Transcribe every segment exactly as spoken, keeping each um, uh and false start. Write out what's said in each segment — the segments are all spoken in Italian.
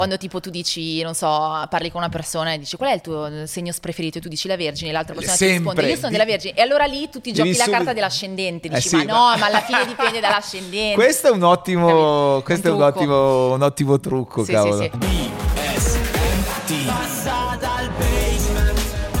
Quando tipo tu dici, non so, parli con una persona e dici qual è il tuo segno preferito e tu dici la Vergine e l'altra persona Sempre. ti risponde io sono della Vergine e allora lì tu ti giochi Devi la subito... carta dell'ascendente, dici eh sì, ma no, ma... ma alla fine dipende dall'ascendente. Questo è un ottimo, un questo è un ottimo, un ottimo trucco, sì, cavolo. Sì, sì. Passa dal basement.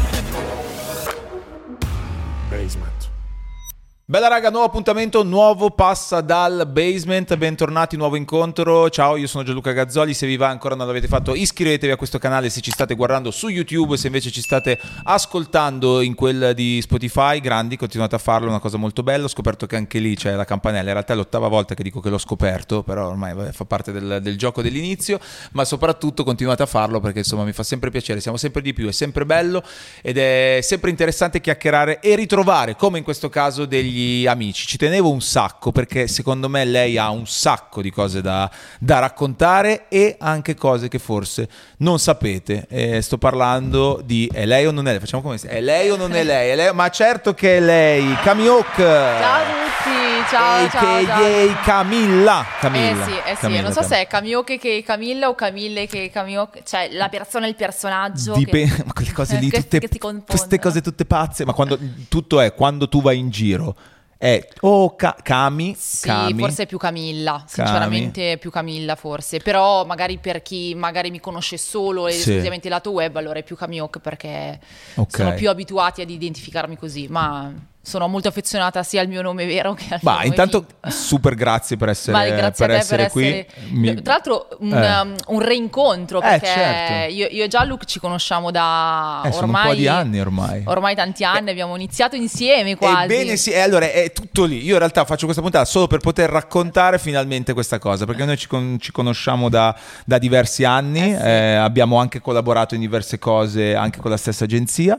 Basement. Bella raga, nuovo appuntamento, nuovo Passa dal Basement, bentornati, nuovo incontro. Ciao, io sono Gianluca Gazzoli, se vi va ancora non l'avete fatto iscrivetevi a questo canale se ci state guardando su YouTube, se invece ci state ascoltando in quel di Spotify, grandi, continuate a farlo, è una cosa molto bella. Ho scoperto che anche lì c'è la campanella, in realtà è l'ottava volta che dico che l'ho scoperto, però ormai vabbè, fa parte del, del gioco dell'inizio, ma soprattutto continuate a farlo perché insomma mi fa sempre piacere, siamo sempre di più, è sempre bello ed è sempre interessante chiacchierare e ritrovare, come in questo caso, degli amici. Ci tenevo un sacco perché secondo me lei ha un sacco di cose da, da raccontare e anche cose che forse non sapete. E sto parlando di è lei o non è lei? Facciamo come è lei o non è lei? È lei? Ma certo che è lei, Cami Hook. Ciao a tutti, ciao, ciao, ciao. Camilla. Camilla. Eh sì, eh sì, Camilla, non so Camilla. se è Cami Hook che Camilla o Camille che Cami Hook, cioè la persona e il personaggio. Dipende, che... ma quelle cose lì che, tutte, che si confondono. queste cose tutte pazze, ma quando tutto è quando tu vai in giro è oh ca- Cami, sì, Cami. forse è più Camilla, sinceramente Cami. è più Camilla forse, però magari per chi magari mi conosce solo e Sì. esclusivamente il lato web, allora è più Cami Hook perché Ok. sono più abituati ad identificarmi così, ma sono molto affezionata sia al mio nome vero che al mio Ma nome intanto finto. super grazie per essere, Ma grazie per a te essere per qui. essere Mi- tra l'altro un, Eh. um, un reincontro Eh, perché certo. io, io e Gianluca ci conosciamo da Eh, sono ormai un po' di anni ormai. ormai tanti anni, abbiamo iniziato insieme quasi. Ebbene sì, e allora è tutto lì. Io in realtà faccio questa puntata solo per poter raccontare finalmente questa cosa, perché noi ci, con- ci conosciamo da, da diversi anni, Eh sì. eh, abbiamo anche collaborato in diverse cose anche con la stessa agenzia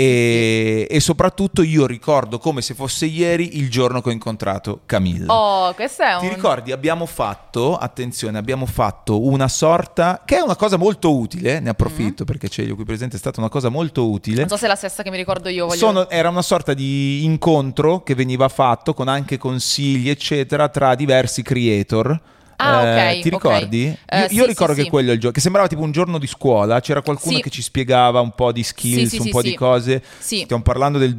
e, e soprattutto io ricordo come se fosse ieri il giorno che ho incontrato Camilla. Oh, questo è un... Ti ricordi? Abbiamo fatto, attenzione, abbiamo fatto una sorta, che è una cosa molto utile, ne approfitto perché c'è io qui presente, è stata una cosa molto utile. Non so se è la stessa che mi ricordo io. Voglio... Sono- era una sorta di incontro che veniva fatto con anche consigli eccetera tra diversi creator. Ah, Eh, ok, ti ricordi? ok. Eh, io sì, io ricordo sì, che sì. quello è il gioco, che sembrava tipo un giorno di scuola, c'era qualcuno Sì. che ci spiegava un po' di skills, Sì, sì, un sì, po' sì. di cose. Sì. Stiamo parlando del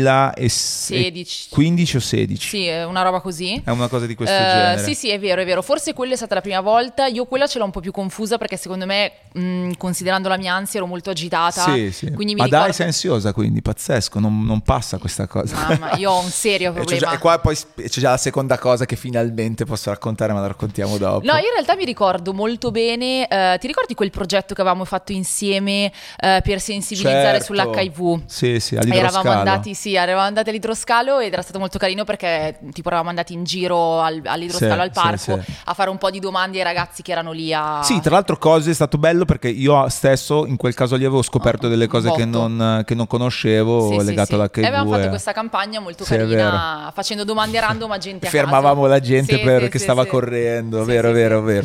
duemilaquindici o sedici? Sì, è una roba così. È una cosa di questo Eh, genere. sì, sì, è vero, è vero. Forse quella è stata la prima volta. Io quella ce l'ho un po' più confusa perché secondo me, mh, considerando la mia ansia, ero molto agitata. Sì, sì. Quindi mi Ma ricordo... dai, sei ansiosa, quindi pazzesco, non, non passa questa cosa. Mamma, io ho un serio E c'è problema. già- e qua poi sp- c'è già la seconda cosa che finalmente posso raccontare, ma la raccontiamo dopo. No, io in realtà mi ricordo molto bene, eh, ti ricordi quel progetto che avevamo fatto insieme eh, per sensibilizzare Certo. sull'H I V? Sì, sì, all'idroscalo. Eravamo andati, sì, eravamo andati all'idroscalo ed era stato molto carino perché tipo eravamo andati in giro al- all'idroscalo Sì, al parco sì, sì. a fare un po' di domande ai ragazzi che erano lì a... Sì, tra l'altro cose è stato bello perché io stesso in quel caso lì avevo scoperto Oh, delle un cose che botto. non, che non conoscevo Sì, sì, legato sì. all'H I V. E avevamo fatto e- questa campagna molto Sì, è carina facendo domande random a gente a Fermavamo caso. la gente Sì, perché sì, sì, stava sì. correndo, Sì, vero, sì, vero, sì. vero.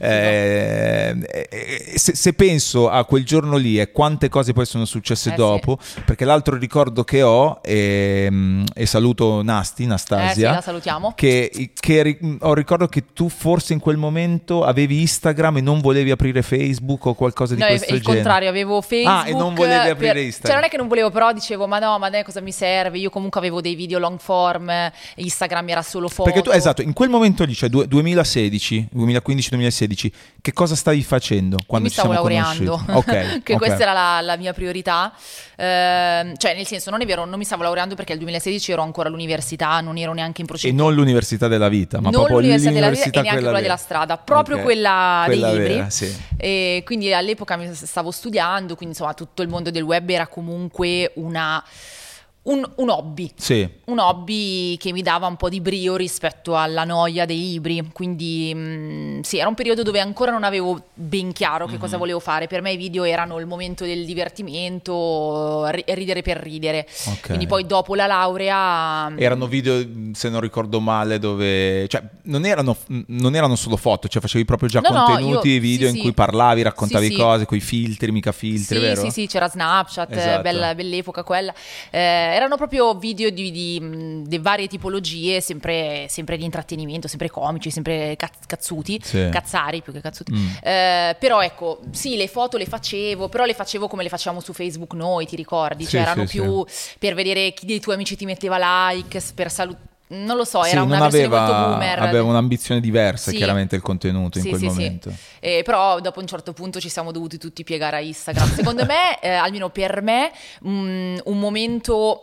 Eh, eh, se, se penso a quel giorno lì e quante cose poi sono successe Eh, dopo, perché l'altro ricordo che ho, e, e saluto Nasti, Eh sì, Nastasia, la salutiamo. che, che ri- ho ricordo che tu forse in quel momento avevi Instagram e non volevi aprire Facebook o qualcosa di No, è questo il genere. contrario, avevo Facebook. Ah, e non volevi aprire per- Instagram. Cioè, non è che non volevo, però dicevo, ma no, ma dai, cosa mi serve? Io comunque avevo dei video long form, eh, Instagram era solo foto. Perché tu, esatto, in quel momento lì, cioè du- duemilasedici, duemilaquindici duemilasedici, che cosa stavi facendo quando mi ci stavo siamo laureando, conosciuti? Ok, che ok. questa era la, la mia priorità. Ehm, cioè, nel senso, non è vero, non mi stavo laureando perché nel duemilasedici ero ancora all'università, non ero neanche in E procedura. non l'università della vita, ma Non proprio l'università della vita l'università e neanche quella, vera. della strada, proprio Ok. quella, Quella dei libri. vera, sì. E quindi all'epoca mi stavo studiando, quindi insomma tutto il mondo del web era comunque una, un, un hobby. Sì. Un hobby che mi dava un po' di brio rispetto alla noia dei libri, quindi mh, sì, era un periodo dove ancora non avevo ben chiaro che Mm-hmm. cosa volevo fare. Per me i video erano il momento del divertimento, ri- ridere per ridere. Ok. Quindi poi dopo la laurea... Erano video, se non ricordo male, dove cioè non erano, non erano solo foto, cioè facevi proprio già No, no, contenuti, io- video sì, in sì. cui parlavi, raccontavi Sì, sì. cose, coi filtri, mica filtri, Sì, vero? sì, sì, c'era Snapchat, Esatto. bella, bell'epoca quella. Eh, erano proprio video di, di, di varie tipologie, sempre, sempre di intrattenimento, sempre comici, sempre caz- cazzuti, sì. cazzari più che cazzuti. Mm. Eh, però ecco, sì, le foto le facevo, però le facevo come le facciamo su Facebook noi, ti ricordi? Sì, cioè erano sì, più sì. per vedere chi dei tuoi amici ti metteva like, per salutare. Non lo so, sì, era una non versione aveva, molto boomer. aveva un'ambizione diversa, Sì. chiaramente, il contenuto sì, in quel sì, momento. Sì. Eh, però dopo un certo punto ci siamo dovuti tutti piegare a Instagram. Secondo me, eh, almeno per me, mh, un momento,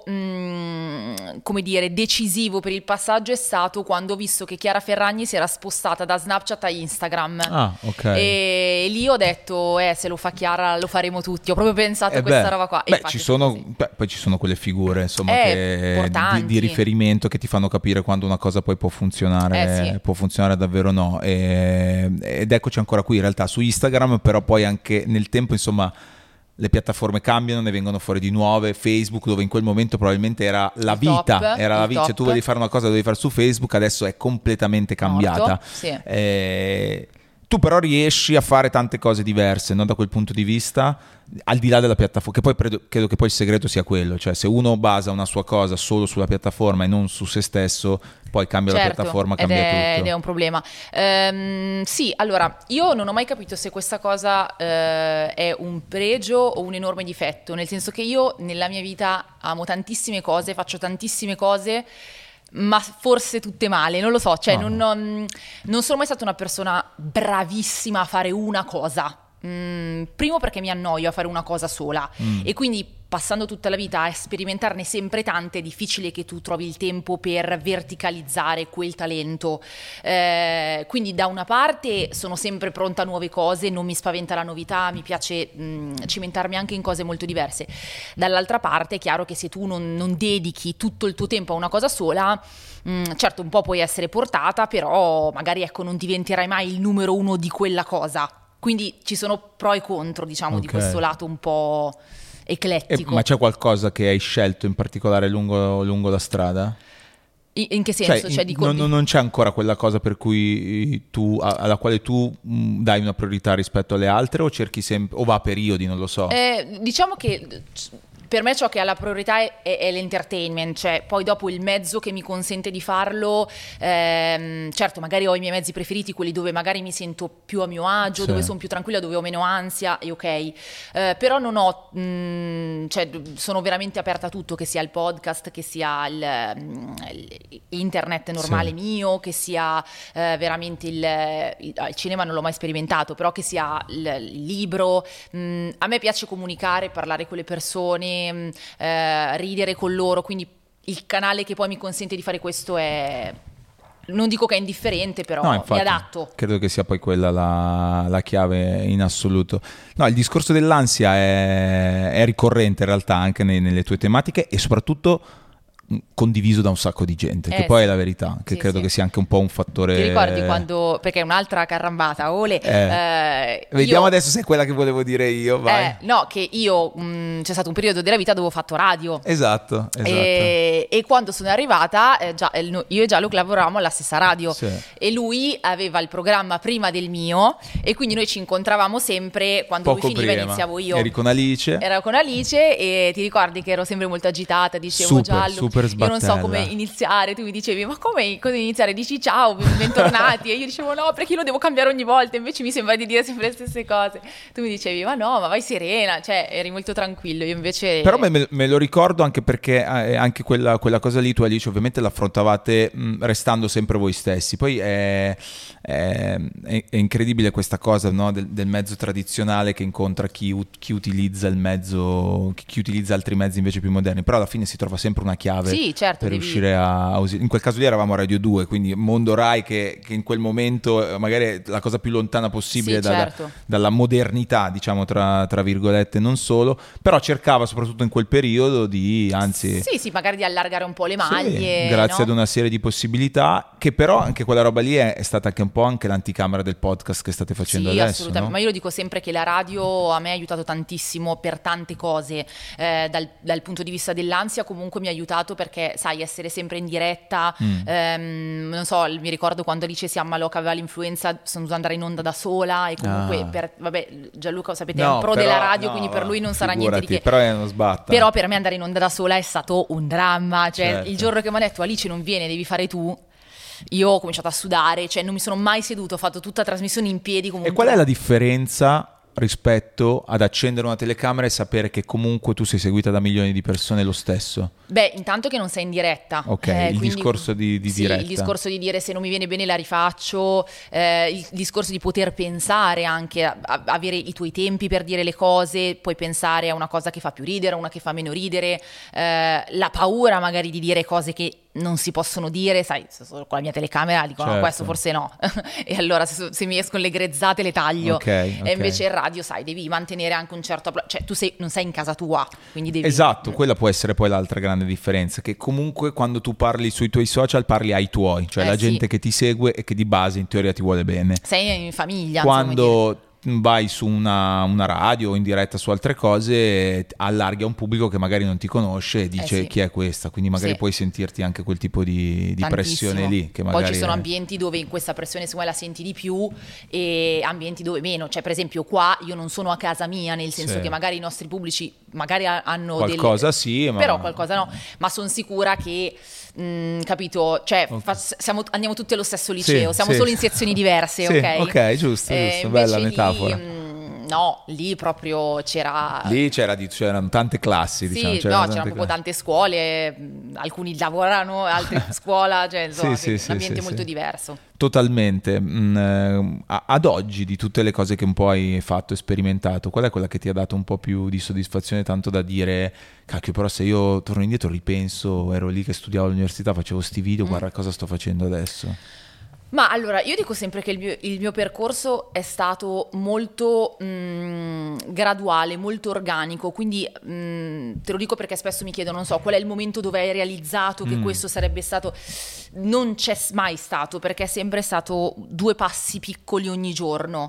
mh, come dire, decisivo per il passaggio è stato quando ho visto che Chiara Ferragni si era spostata da Snapchat a Instagram. Ah, ok. E lì ho detto, eh, se lo fa Chiara lo faremo tutti. Ho proprio pensato Eh a questa beh, roba qua. E Beh, infatti ci è sono, stato così. beh, poi ci sono quelle figure, insomma, Eh, che, di, importanti. di riferimento che ti fanno capire quando una cosa poi può funzionare, Eh, sì. può funzionare davvero o no. E, ed eccoci ancora qui, in realtà, su Instagram, però poi anche nel tempo, insomma, le piattaforme cambiano, ne vengono fuori di nuove. Facebook, dove in quel momento probabilmente era la Il vita, top, era la il vita. Cioè, top. tu volevi fare una cosa, la dovevi fare su Facebook, adesso è completamente cambiata. Morto, sì. Eh, tu però riesci a fare tante cose diverse, no? Da quel punto di vista, al di là della piattaforma, che poi credo, credo che poi il segreto sia quello, cioè se uno basa una sua cosa solo sulla piattaforma e non su se stesso, poi cambia Certo, la piattaforma, ed cambia è, tutto. ed è un problema. Ehm, sì, allora, io non ho mai capito se questa cosa eh, è un pregio o un enorme difetto, nel senso che io nella mia vita amo tantissime cose, faccio tantissime cose, ma forse tutte male, non lo so, cioè No. non, non, non sono mai stata una persona bravissima a fare una cosa. Mm, primo perché mi annoio a fare una cosa sola Mm. e quindi passando tutta la vita a sperimentarne sempre tante è difficile che tu trovi il tempo per verticalizzare quel talento, eh, quindi da una parte sono sempre pronta a nuove cose, non mi spaventa la novità, mi piace mh, cimentarmi anche in cose molto diverse. Dall'altra parte è chiaro che se tu non, non dedichi tutto il tuo tempo a una cosa sola, mh, certo un po' puoi essere portata, però magari ecco non diventerai mai il numero uno di quella cosa. Quindi ci sono pro e contro, diciamo, di Ok. questo lato un po' E- eclettico. ma c'è qualcosa che hai scelto in particolare lungo, lungo la strada? In, in che senso? Cioè, Cioè, in- dico, non, di- non c'è ancora quella cosa per cui tu, a- alla quale tu mh, dai una priorità rispetto alle altre, o cerchi sempre, o va a periodi, non lo so. Eh, diciamo che c- per me ciò che ha la priorità è, è- è l'entertainment, cioè poi dopo il mezzo che mi consente di farlo, ehm, certo magari ho i miei mezzi preferiti, quelli dove magari mi sento più a mio agio, Sì. dove sono più tranquilla, dove ho meno ansia, e ok, Eh, però non ho, mh, cioè sono veramente aperta a tutto, che sia il podcast, che sia il, mm, il- internet normale Sì. mio, che sia eh, veramente il, il, il cinema non l'ho mai sperimentato, però che sia il, il libro. Mh, a me piace comunicare, parlare con le persone, mh, eh, ridere con loro, quindi il canale che poi mi consente di fare questo è, non dico che è indifferente, però No, mi infatti, adatto. credo che sia poi quella la, la chiave in assoluto. No, il discorso dell'ansia è, è ricorrente in realtà anche nei- nelle tue tematiche, e soprattutto mh, condiviso da un sacco di gente, che Eh, poi sì. è la verità, che Sì, credo sì. che sia anche un po' un fattore... Ti ricordi quando, perché è un'altra carrambata, ole, Eh, eh, Vediamo io- adesso se è quella che volevo dire io, vai. eh, no, che io mh, c'è stato un periodo della vita dove ho fatto radio. Esatto, esatto. E, e quando sono arrivata, eh, già, eh, no- io e Gianluca lavoravamo alla stessa radio, Sì. e lui aveva il programma prima del mio, e quindi noi ci incontravamo sempre quando Poco lui finiva e prima. iniziavo io. Eri con Alice. Ero con Alice e ti ricordi che ero sempre molto agitata, dicevo Super, Giallo, super io non so sbattella. come iniziare, tu mi dicevi ma come, come iniziare? Dici ciao, bentornati, e io dicevo no, perché io lo devo cambiare ogni volta, invece mi sembra di dire sempre le stesse cose. Tu mi dicevi ma no, ma vai serena, cioè eri molto tranquillo, io invece... Però me, me- me lo ricordo anche perché eh, anche quella, quella cosa lì tu e Alice ovviamente l'affrontavate mh, restando sempre voi stessi. Poi è, è- è- è incredibile questa cosa, no, del, del mezzo tradizionale che incontra chi, u- chi utilizza il mezzo, chi, chi utilizza altri mezzi invece più moderni, però alla fine si trova sempre una chiave Sì, certo, per devi- riuscire a, a usi- in quel caso lì eravamo a Radio due, quindi Mondo Rai che, che in quel momento eh, magari è la cosa più lontana possibile Sì, dalla, certo. dalla modernità, diciamo tra, tra virgolette, non solo, però cercava soprattutto in quel periodo di, anzi, Sì, sì, magari di allargare un po' le sì, maglie, grazie no? ad una serie di possibilità, che però anche quella roba lì è, è stata anche un po' anche l'anticamera del podcast che state facendo Sì, adesso, assolutamente, no? ma io lo dico sempre che la radio a me ha aiutato tantissimo per tante cose, eh, dal, dal punto di vista dell'ansia comunque mi ha aiutato perché sai, essere sempre in diretta, Mm. ehm, non so, mi ricordo quando Alice si ammalò che aveva l'influenza, sono dovuta andare in onda da sola e comunque Ah. per, vabbè, Gianluca sapete è No, un pro però- della radio, no, quindi per lui non sarà niente di figurati, che. però è uno sbatta. Però per me andare in onda da sola è stato un dramma, cioè Certo. il giorno che mi ha detto Alice non viene, devi fare tu, io ho cominciato a sudare, cioè non mi sono mai seduto, ho fatto tutta la trasmissione in piedi come E un qual è tronco. la differenza rispetto ad accendere una telecamera e sapere che comunque tu sei seguita da milioni di persone lo stesso? Beh, intanto che non sei in diretta. Ok, eh, il quindi- discorso di, di sì, diretta. il discorso di dire se non mi viene bene la rifaccio, eh, il discorso di poter pensare anche, a, a- avere i tuoi tempi per dire le cose, puoi pensare a una cosa che fa più ridere, a una che fa meno ridere, eh, la paura magari di dire cose che non si possono dire, sai, se sono con la mia telecamera dico no, Certo. questo forse no, e allora se, se mi escono le grezzate le taglio, Ok, e ok. invece in radio sai, devi mantenere anche un certo, appla- cioè tu sei, non sei in casa tua, quindi devi... Esatto, quella può essere poi l'altra grande differenza, che comunque quando tu parli sui tuoi social parli ai tuoi, cioè Eh, la sì. gente che ti segue e che di base in teoria ti vuole bene. Sei in famiglia, insomma, come dire. Quando vai su una, una radio o in diretta su altre cose, allarghi a un pubblico che magari non ti conosce e dice Eh sì. chi è questa, quindi magari Sì. puoi sentirti anche quel tipo di, di Tantissimo. pressione lì. Che magari Poi ci sono è- ambienti dove in questa pressione secondo me la senti di più e ambienti dove meno, cioè per esempio qua io non sono a casa mia, nel senso Sì. che magari i nostri pubblici magari ha- hanno Qualcosa delle... sì, ma- però qualcosa no, ma sono sicura che mh, capito, cioè Ok. fa- siamo, andiamo tutti allo stesso liceo, Sì, siamo sì. solo in sezioni diverse, Sì, ok? ok, giusto, Eh, giusto, invece bella lì, metafora. mh, no, lì proprio c'era... Lì c'era di- c'erano tante classi, Sì, diciamo. no, c'erano c'erano tante proprio classi. tante scuole, mh, alcuni lavorano, altri a scuola, cioè insomma, Sì, sì, un sì, ambiente sì, molto sì. diverso. Totalmente. Mm, eh, a- ad oggi, di tutte le cose che un po' hai fatto e sperimentato, qual è quella che ti ha dato un po' più di soddisfazione, tanto da dire, cacchio, però se io torno indietro, ripenso, ero lì che studiavo all'università, facevo sti video, Mm. guarda cosa sto facendo adesso. Ma allora, io dico sempre che il mio, il mio percorso è stato molto mh, graduale, molto organico, quindi mh, te lo dico perché spesso mi chiedono, non so, qual è il momento dove hai realizzato che Mm. questo sarebbe stato... Non c'è mai stato, perché è sempre stato due passi piccoli ogni giorno.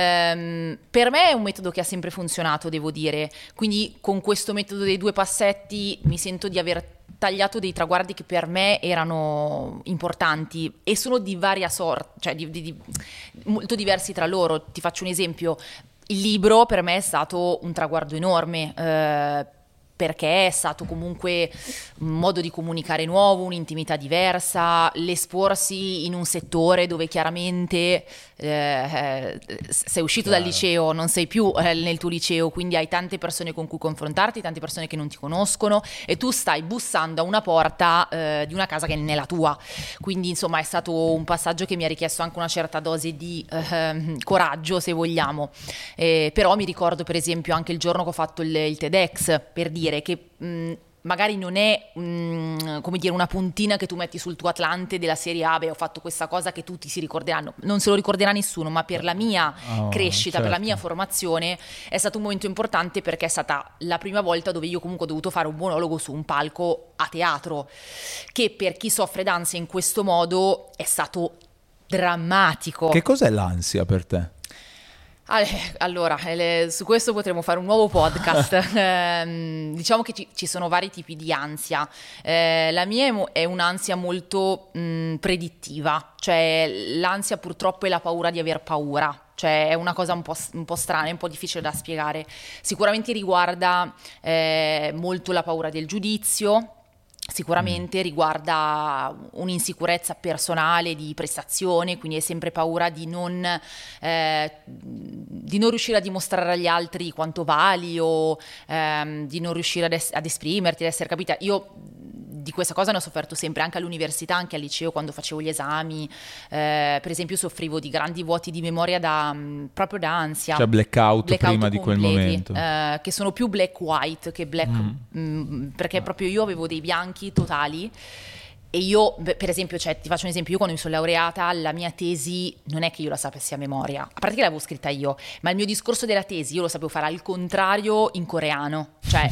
Ehm, per me è un metodo che ha sempre funzionato, devo dire, quindi con questo metodo dei due passetti mi sento di aver tagliato dei traguardi che per me erano importanti e sono di varia sorta, cioè di, di- di- molto diversi tra loro. Ti faccio un esempio: il libro per me è stato un traguardo enorme, eh, perché è stato comunque un modo di comunicare nuovo, un'intimità diversa, l'esporsi in un settore dove chiaramente eh, sei uscito Chiaro. dal liceo, non sei più eh, nel tuo liceo, quindi hai tante persone con cui confrontarti, tante persone che non ti conoscono e tu stai bussando a una porta eh, di una casa che non è la tua. Quindi insomma è stato un passaggio che mi ha richiesto anche una certa dose di eh, coraggio, se vogliamo. Eh, però mi ricordo per esempio anche il giorno che ho fatto il, il TEDx, per dire che mh, magari non è mh, come dire una puntina che tu metti sul tuo Atlante della serie A, beh ho fatto questa cosa che tutti si ricorderanno, non se lo ricorderà nessuno, ma per la mia Oh, crescita, per la certo. mia formazione è stato un momento importante, perché è stata la prima volta dove io comunque ho dovuto fare un monologo su un palco a teatro, che per chi soffre d'ansia in questo modo è stato drammatico. Che cos'è l'ansia per te? Ale- Allora, eh, su questo potremo fare un nuovo podcast. Ehm, diciamo che ci, ci sono vari tipi di ansia. Eh, la mia è, mo- è un'ansia molto mh, predittiva, cioè l'ansia purtroppo è la paura di aver paura. Cioè è una cosa un po', s- un po' strana, è un po' difficile da spiegare. Sicuramente riguarda eh, molto la paura del giudizio. Sicuramente riguarda un'insicurezza personale di prestazione, quindi hai sempre paura di non, eh, di non riuscire a dimostrare agli altri quanto vali o ehm, di non riuscire ad, es- ad esprimerti, ad essere capita. Io di questa cosa ne ho sofferto sempre, anche all'università, anche al liceo, quando facevo gli esami. Eh, per esempio soffrivo di grandi vuoti di memoria da, mh, proprio da ansia. Cioè blackout, Blackout prima di quel completi, momento. eh, che sono più black white che black, Mm. mh, perché proprio io avevo dei bianchi totali. E io, beh, per esempio, cioè, ti faccio un esempio, io quando mi sono laureata, la mia tesi non è che io la sapessi a memoria, a parte che l'avevo scritta io, ma il mio discorso della tesi io lo sapevo fare al contrario in coreano, cioè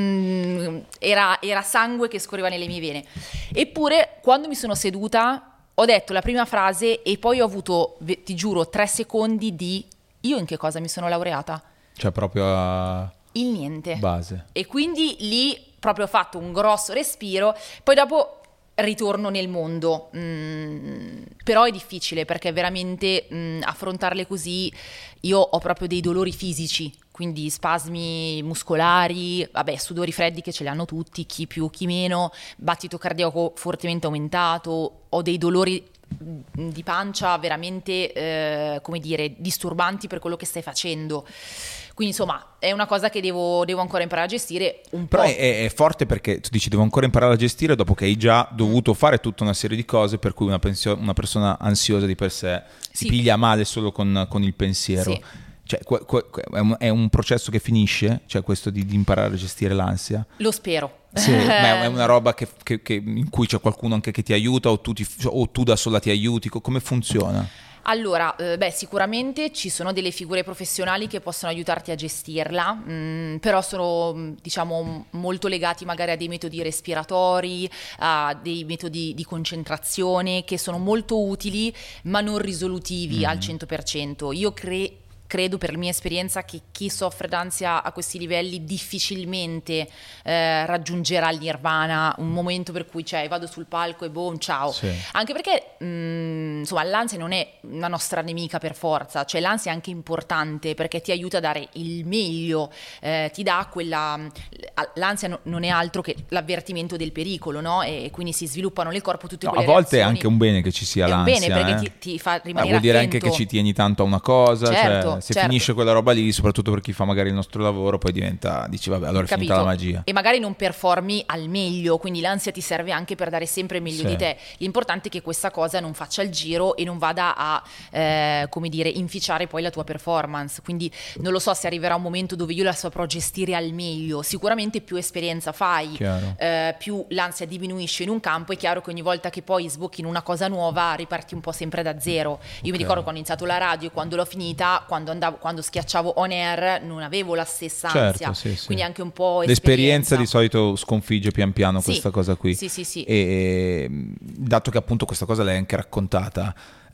mm, era, era sangue che scorreva nelle mie vene. Eppure, quando mi sono seduta, ho detto la prima frase e poi ho avuto, ve- ti giuro, tre secondi di io in che cosa mi sono laureata? Cioè proprio a Il niente. base. E quindi lì proprio fatto un grosso respiro, poi dopo ritorno nel mondo, mm, però è difficile perché veramente mm, affrontarle così, io ho proprio dei dolori fisici, quindi spasmi muscolari, vabbè, sudori freddi che ce li hanno tutti, chi più chi meno, battito cardiaco fortemente aumentato, ho dei dolori di pancia veramente, eh, come dire, disturbanti per quello che stai facendo. Quindi insomma è una cosa che devo, devo ancora imparare a gestire un Però po'. È, è forte perché tu dici devo ancora imparare a gestire dopo che hai già dovuto fare tutta una serie di cose per cui una, pensio- una persona ansiosa di per sé si Sì. piglia male solo con, con il pensiero. Sì. Cioè, que- que- è, un, è un processo che finisce? Cioè questo di, di imparare a gestire l'ansia? Lo spero. Sì, ma è una roba che, che- che- in cui c'è qualcuno anche che ti aiuta o tu, ti- o tu da sola ti aiuti? Co- Come funziona? Allora, eh, beh, sicuramente ci sono delle figure professionali che possono aiutarti a gestirla, mh, però sono, mh, diciamo, molto legati magari a dei metodi respiratori, a dei metodi di concentrazione che sono molto utili, ma non risolutivi Mm. al cento per cento. Io credo... Credo per mia esperienza che chi soffre d'ansia a questi livelli difficilmente eh, raggiungerà il nirvana, un momento per cui cioè, vado sul palco e boom, ciao. Sì. Anche perché mh, insomma l'ansia non è una nostra nemica per forza, cioè l'ansia è anche importante perché ti aiuta a dare il meglio, eh, ti dà quella... L'ansia no, non è altro che l'avvertimento del pericolo, no? E quindi si sviluppano nel corpo tutte No, quelle a volte reazioni. è anche un bene che ci sia È un l'ansia. bene perché eh. ti, ti fa Eh, rimanere vuol dire attento. anche che ci tieni tanto a una cosa, Certo, cioè, se certo. finisce quella roba lì, soprattutto per chi fa magari il nostro lavoro, poi diventa, dici vabbè, allora è Capito? finita la magia. E magari non performi al meglio, quindi l'ansia ti serve anche per dare sempre il meglio Sì. di te. L'importante è che questa cosa non faccia il giro e non vada a, eh, come dire, inficiare poi la tua performance. Quindi non lo so se arriverà un momento dove io la saprò gestire al meglio. Sicuramente più esperienza fai, Chiaro. eh, più l'ansia diminuisce in un campo. È chiaro che ogni volta che poi sbocchi in una cosa nuova riparti un po' sempre da zero. Io mi ricordo quando ho iniziato la radio, quando l'ho finita, quando, andavo, quando schiacciavo on air non avevo la stessa Certo, ansia, sì, sì. quindi anche un po' L'esperienza esperienza. di solito sconfigge pian piano Sì, questa cosa qui. sì, sì, sì. E dato che appunto questa cosa l'hai anche raccontata,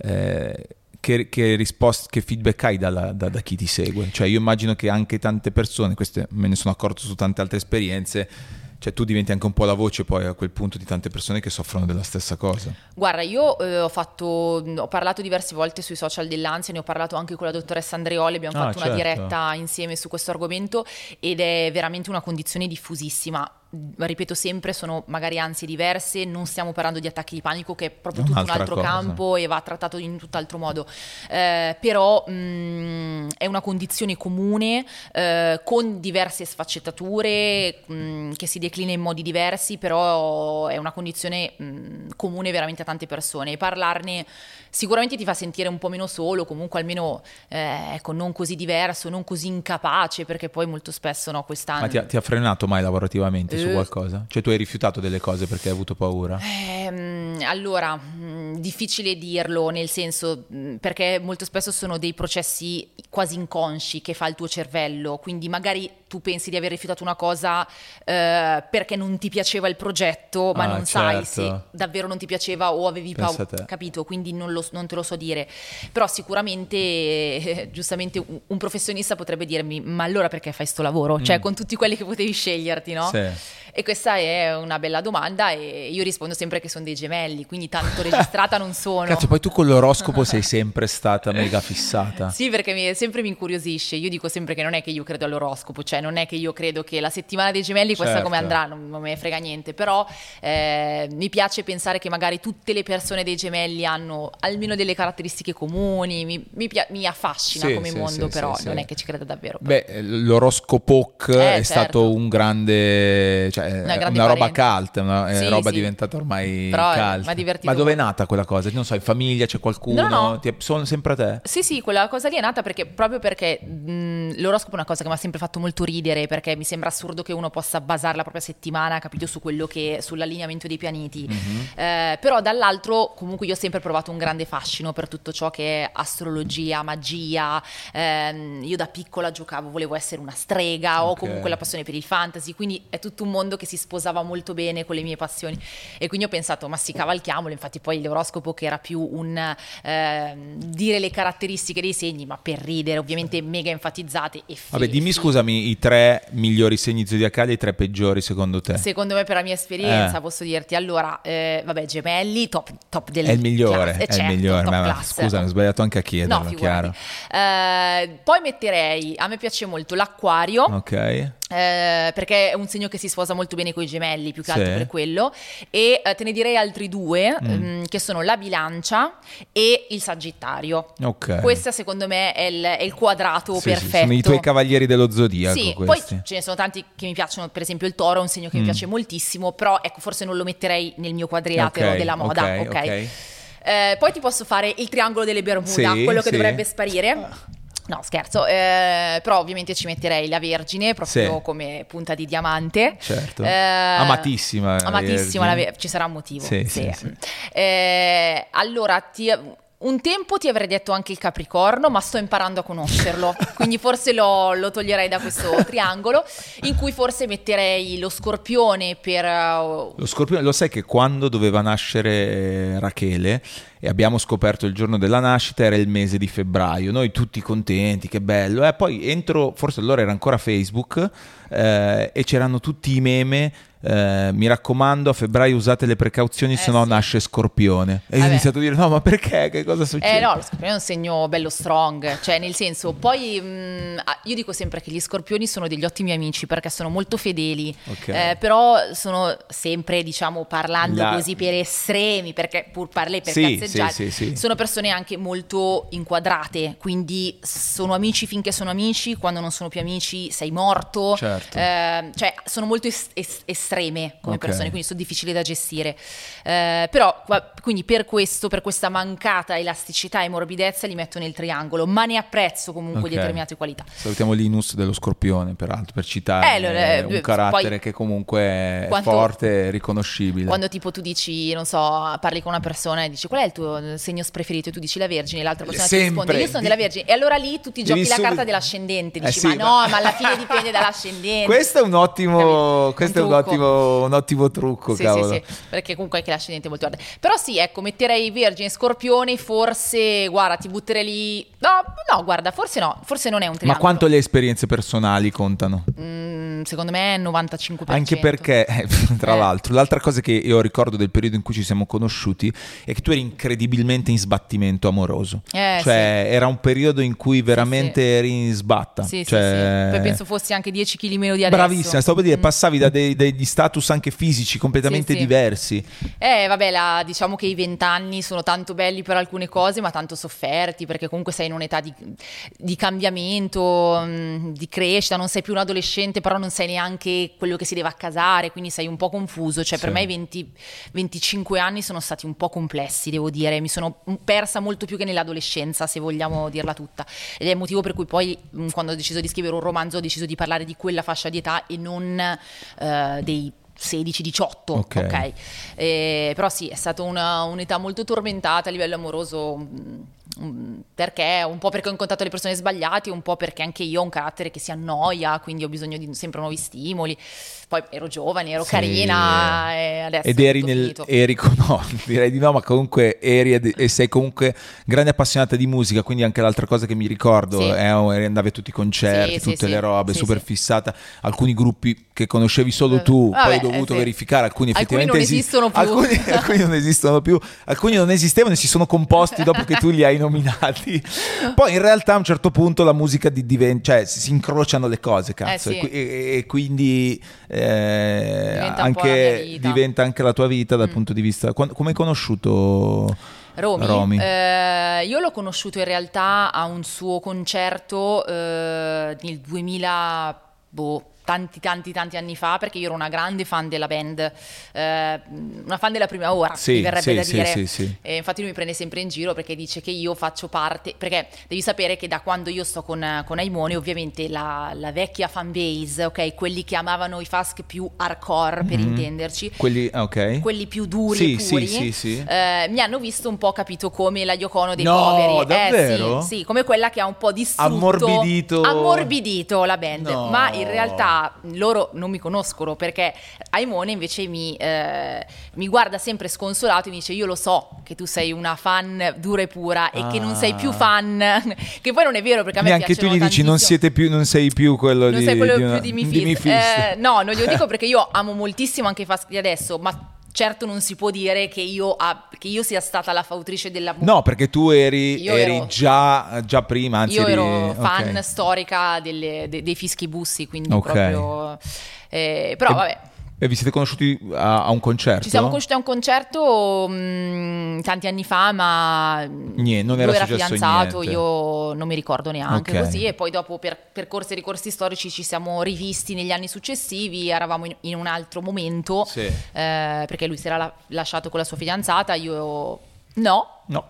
eh, che, che risposte, che feedback hai dalla- da, da chi ti segue? Cioè io immagino che anche tante persone, queste me ne sono accorto su tante altre esperienze, cioè tu diventi anche un po' la voce poi a quel punto di tante persone che soffrono della stessa cosa. Guarda, io eh, ho fatto, ho parlato diverse volte sui social dell'ansia, ne ho parlato anche con la dottoressa Andreoli, abbiamo Ah, fatto una certo. diretta insieme su questo argomento ed è veramente una condizione diffusissima. Ripeto sempre, sono magari ansie diverse, non stiamo parlando di attacchi di panico che è proprio tutto un Un'altra altro cosa. campo e va trattato in tutt'altro modo, eh, però mh, è una condizione comune eh, con diverse sfaccettature mh, che si declina in modi diversi, però è una condizione mh, comune veramente a tante persone e parlarne sicuramente ti fa sentire un po' meno solo, comunque almeno eh, ecco, non così diverso, non così incapace, perché poi molto spesso no, quest'anno... Ma ti ha, ti ha frenato mai lavorativamente su Eh. qualcosa? Cioè tu hai rifiutato delle cose perché hai avuto paura? Ehm, allora, mh, difficile dirlo, nel senso, mh, perché molto spesso sono dei processi quasi inconsci che fa il tuo cervello, quindi magari tu pensi di aver rifiutato una cosa eh, perché non ti piaceva il progetto, ma Ah, non sai se certo. davvero non ti piaceva o avevi Pensa paura, a te. capito? Quindi non, lo- non te lo so dire, però sicuramente, eh, giustamente un, un professionista potrebbe dirmi, ma allora perché fai sto lavoro? Cioè Mm. con tutti quelli che potevi sceglierti, no? Sì. E questa è una bella domanda e io rispondo sempre che sono dei gemelli, quindi tanto registrata non sono. Cazzo, poi tu con l'oroscopo sei sempre stata mega fissata. Sì, perché mi, sempre mi incuriosisce. Io dico sempre che non è che io credo all'oroscopo, cioè non è che io credo che la settimana dei gemelli questa Certo. come andrà, non, non me ne frega niente, però eh, mi piace pensare che magari tutte le persone dei gemelli hanno almeno delle caratteristiche comuni, mi, mi, pia- mi affascina Sì, come sì, mondo, sì, però sì, non sì. è che ci credo davvero. Beh, l'oroscopoc Eh, è certo. stato un grande, cioè Una è grande una roba parente. cult, una è Sì, roba sì. diventata ormai Però, eh, cult. m'ha divertito Ma dove è molto. nata quella cosa? Non so, in famiglia c'è qualcuno? No, no. Ti è- sono sempre a te? Sì, sì, quella cosa lì è nata perché proprio perché mh, l'oroscopo è una cosa che mi ha sempre fatto molto ridere, perché mi sembra assurdo che uno possa basare la propria settimana, capito, su quello che sull'allineamento dei pianeti. Eh, però dall'altro comunque io ho sempre provato un grande fascino per tutto ciò che è astrologia, magia. Ehm, io da piccola giocavo, volevo essere una strega o Ok. comunque la passione per il fantasy, quindi è tutto un mondo che si sposava molto bene con le mie passioni e quindi ho pensato ma sì, cavalchiamolo, infatti poi l'oroscopo l'oroscopo, che era più un eh, dire le caratteristiche dei segni, ma per ridere, ovviamente mega enfatizzate e Vabbè, dimmi, scusami, i tre migliori segni zodiacali e i tre peggiori secondo te? Secondo me, per la mia esperienza, Eh. posso dirti, allora, eh, vabbè, Gemelli, top, top del È il migliore, class, eh, è certo, il migliore, top ma class. scusa, ho sbagliato anche a chiederlo, No, chiaro. figurati. Eh, poi metterei, a me piace molto l'Acquario, Ok. eh, perché è un segno che si sposa molto bene con i Gemelli, più che Sì. altro per quello, e eh, te ne direi altri due, Mm. ehm, che sono la Bilancia e il Sagittario. Ok. Questa secondo me è il, è il quadrato Sì, sì, perfetto. sono i tuoi cavalieri dello zodiaco, Sì, questi. poi ce ne sono tanti che mi piacciono, per esempio il Toro è un segno che Mm. mi piace moltissimo, però ecco, forse non lo metterei nel mio quadrilatero Ok, della moda, ok, ok? ok. Eh, poi ti posso fare il triangolo delle Bermuda, Sì, quello che sì. dovrebbe sparire. No, scherzo, eh, però ovviamente ci metterei la Vergine proprio Sì. come punta di diamante. Certo. Eh, Amatissima la Amatissima, la Vergine. Ver- ci sarà un motivo. Sì, sì. sì, sì. Eh, allora, ti- un tempo ti avrei detto anche il Capricorno, ma sto imparando a conoscerlo, quindi forse lo, lo toglierei da questo triangolo, in cui forse metterei lo Scorpione per... uh, Lo scorpione, lo sai che quando doveva nascere Rachele e abbiamo scoperto il giorno della nascita era il mese di febbraio, noi tutti contenti, che bello, eh, poi entro, forse allora era ancora Facebook eh, e c'erano tutti i meme, eh, mi raccomando a febbraio usate le precauzioni, Eh, se no sì. nasce Scorpione. E io ho Vabbè. iniziato a dire no, ma perché, che cosa succede? Eh no, lo Scorpione è un segno bello strong, cioè nel senso, poi mh, ah, io dico sempre che gli Scorpioni sono degli ottimi amici perché sono molto fedeli, Ok. eh, però sono sempre, diciamo, parlando La- così per estremi, perché pur parli per Sì, cazzeggiare, sì, sì, sì. sono persone anche molto inquadrate, quindi sono amici finché sono amici, quando non sono più amici sei morto, Certo. eh, cioè sono molto es- es- estreme come Ok. persone, quindi sono difficili da gestire. Eh, però qua- quindi per questo, per questa mancata elasticità e morbidezza li metto nel triangolo, ma ne apprezzo comunque Ok. determinate qualità. Salutiamo Linus dello Scorpione, peraltro, per citare Eh, lo- eh, un poi- carattere che comunque è Quanto- forte e riconoscibile. Quando tipo tu dici, non so, parli con una persona e dici qual è il tuo segno preferito e tu dici la Vergine e l'altra persona Sempre. ti risponde io sono Di- della Vergine e allora lì tu ti Devi giochi la subito- carta dell'ascendente, Eh dici sì, ma no, ma- ma alla fine dipende dall'ascendente. Questo è un ottimo, Capito? questo è un trucco. ottimo, un ottimo trucco, Sì, cavolo. sì, sì, perché comunque anche l'ascendente è molto grande. Però sì, ecco, metterei Vergine e Scorpione, forse, guarda, ti butterei lì... No, no, guarda, forse no, forse non è un Ma triangolo. quanto le esperienze personali contano? Mm, secondo me è il novantacinque per cento. Anche perché, eh, tra Eh. l'altro, l'altra cosa che io ricordo del periodo in cui ci siamo conosciuti è che tu eri incredibilmente in sbattimento amoroso. Eh, cioè, era un periodo in cui veramente sì. eri in sbatta. Sì, Cioè, sì, sì. Poi penso fossi anche dieci chili meno di adesso. bravissima, stavo per dire, Mm. passavi da dei- degli status anche fisici completamente Sì, sì. diversi. Eh, vabbè, la- diciamo che i vent'anni sono tanto belli per alcune cose, ma tanto sofferti, perché comunque sei in un'età di, di cambiamento, mh, di crescita, non sei più un adolescente, però non sei neanche quello che si deve accasare, quindi sei un po' confuso. Cioè, per Sì. me i venti venticinque anni sono stati un po' complessi, devo dire, mi sono persa molto più che nell'adolescenza, se vogliamo dirla tutta. Ed è il motivo per cui poi, mh, quando ho deciso di scrivere un romanzo, ho deciso di parlare di quella fascia di età e non eh, dei sedici diciotto, Ok. ok? Eh, però sì, è stata una- un'età molto tormentata a livello amoroso, mm, mm, perché un po' perché ho incontrato le persone sbagliate, un po' perché anche io ho un carattere che si annoia, quindi ho bisogno di sempre nuovi stimoli. Poi ero giovane, ero Sì. carina e adesso Ed è eri tutto nel finito. eri con- no, direi di no, ma comunque eri ed- e sei comunque grande appassionata di musica, quindi anche l'altra cosa che mi ricordo Sì. è eri- andavi a tutti i concerti, Sì, sì, tutte sì. le robe, Sì, super sì. fissata, alcuni gruppi che conoscevi solo tu, Vabbè, poi hai dovuto eh, sì. verificare, alcuni Alcuni effettivamente non esi- esistono più. alcuni, alcuni non esistono più, alcuni non esistevano e si sono composti dopo che tu li hai nominati. Poi in realtà a un certo punto la musica di diven- cioè si si incrociano le cose, cazzo, Eh, sì. e, qui- e- e quindi eh, Diventa un po' la mia anche vita. diventa anche la tua vita dal Mm. punto di vista. Quan- come hai conosciuto Romy, Romy? Eh, io l'ho conosciuto in realtà a un suo concerto eh, nel duemila, boh, tanti tanti tanti anni fa, perché io ero una grande fan della band, eh, una fan della prima ora, Sì, mi verrebbe sì, da sì, dire. sì, sì. E infatti lui mi prende sempre in giro perché dice che io faccio parte, perché devi sapere che da quando io sto con, con Aimone, ovviamente la, la vecchia fan base, ok, quelli che amavano i Fask più hardcore, per Mhm. intenderci, Quelli, ah, ok. quelli più duri Sì, e sì, puri, sì, sì. eh, mi hanno visto un po', capito, come la Yoko Ono dei No, poveri. Eh, davvero? sì, sì, come quella che ha un po' distrutto, Ammorbidito. ammorbidito la band. No. Ma in in realtà loro non mi conoscono, perché Aimone invece mi, eh, mi guarda sempre sconsolato e mi dice: io lo so che tu sei una fan dura e pura e Ah. che non sei più fan, che poi non è vero, perché a me Neanche tu piacciono gli dici tantissimo. non siete più, non sei più quello Non di, sei quello di più una- di Mi di Mi Fist. Fist. Eh, no, non glielo dico perché io amo moltissimo anche i Fast di adesso, ma certo non si può dire che io, ah, che io sia stata la fautrice della No, perché tu eri, Io eri ero- già, già prima, anzi Io eri- ero fan ok. storica delle- de- dei fischi bussi, quindi Ok. proprio... eh, però E- vabbè, E vi siete conosciuti a, a un concerto? ci siamo conosciuti a un concerto mh, tanti anni fa, ma Niente, non lui era era successo fidanzato, niente. io non mi ricordo neanche Ok. così, e poi dopo per percorsi e ricorsi storici ci siamo rivisti negli anni successivi, eravamo in, in un altro momento, Sì. eh, perché lui si era la- lasciato con la sua fidanzata, io no. No.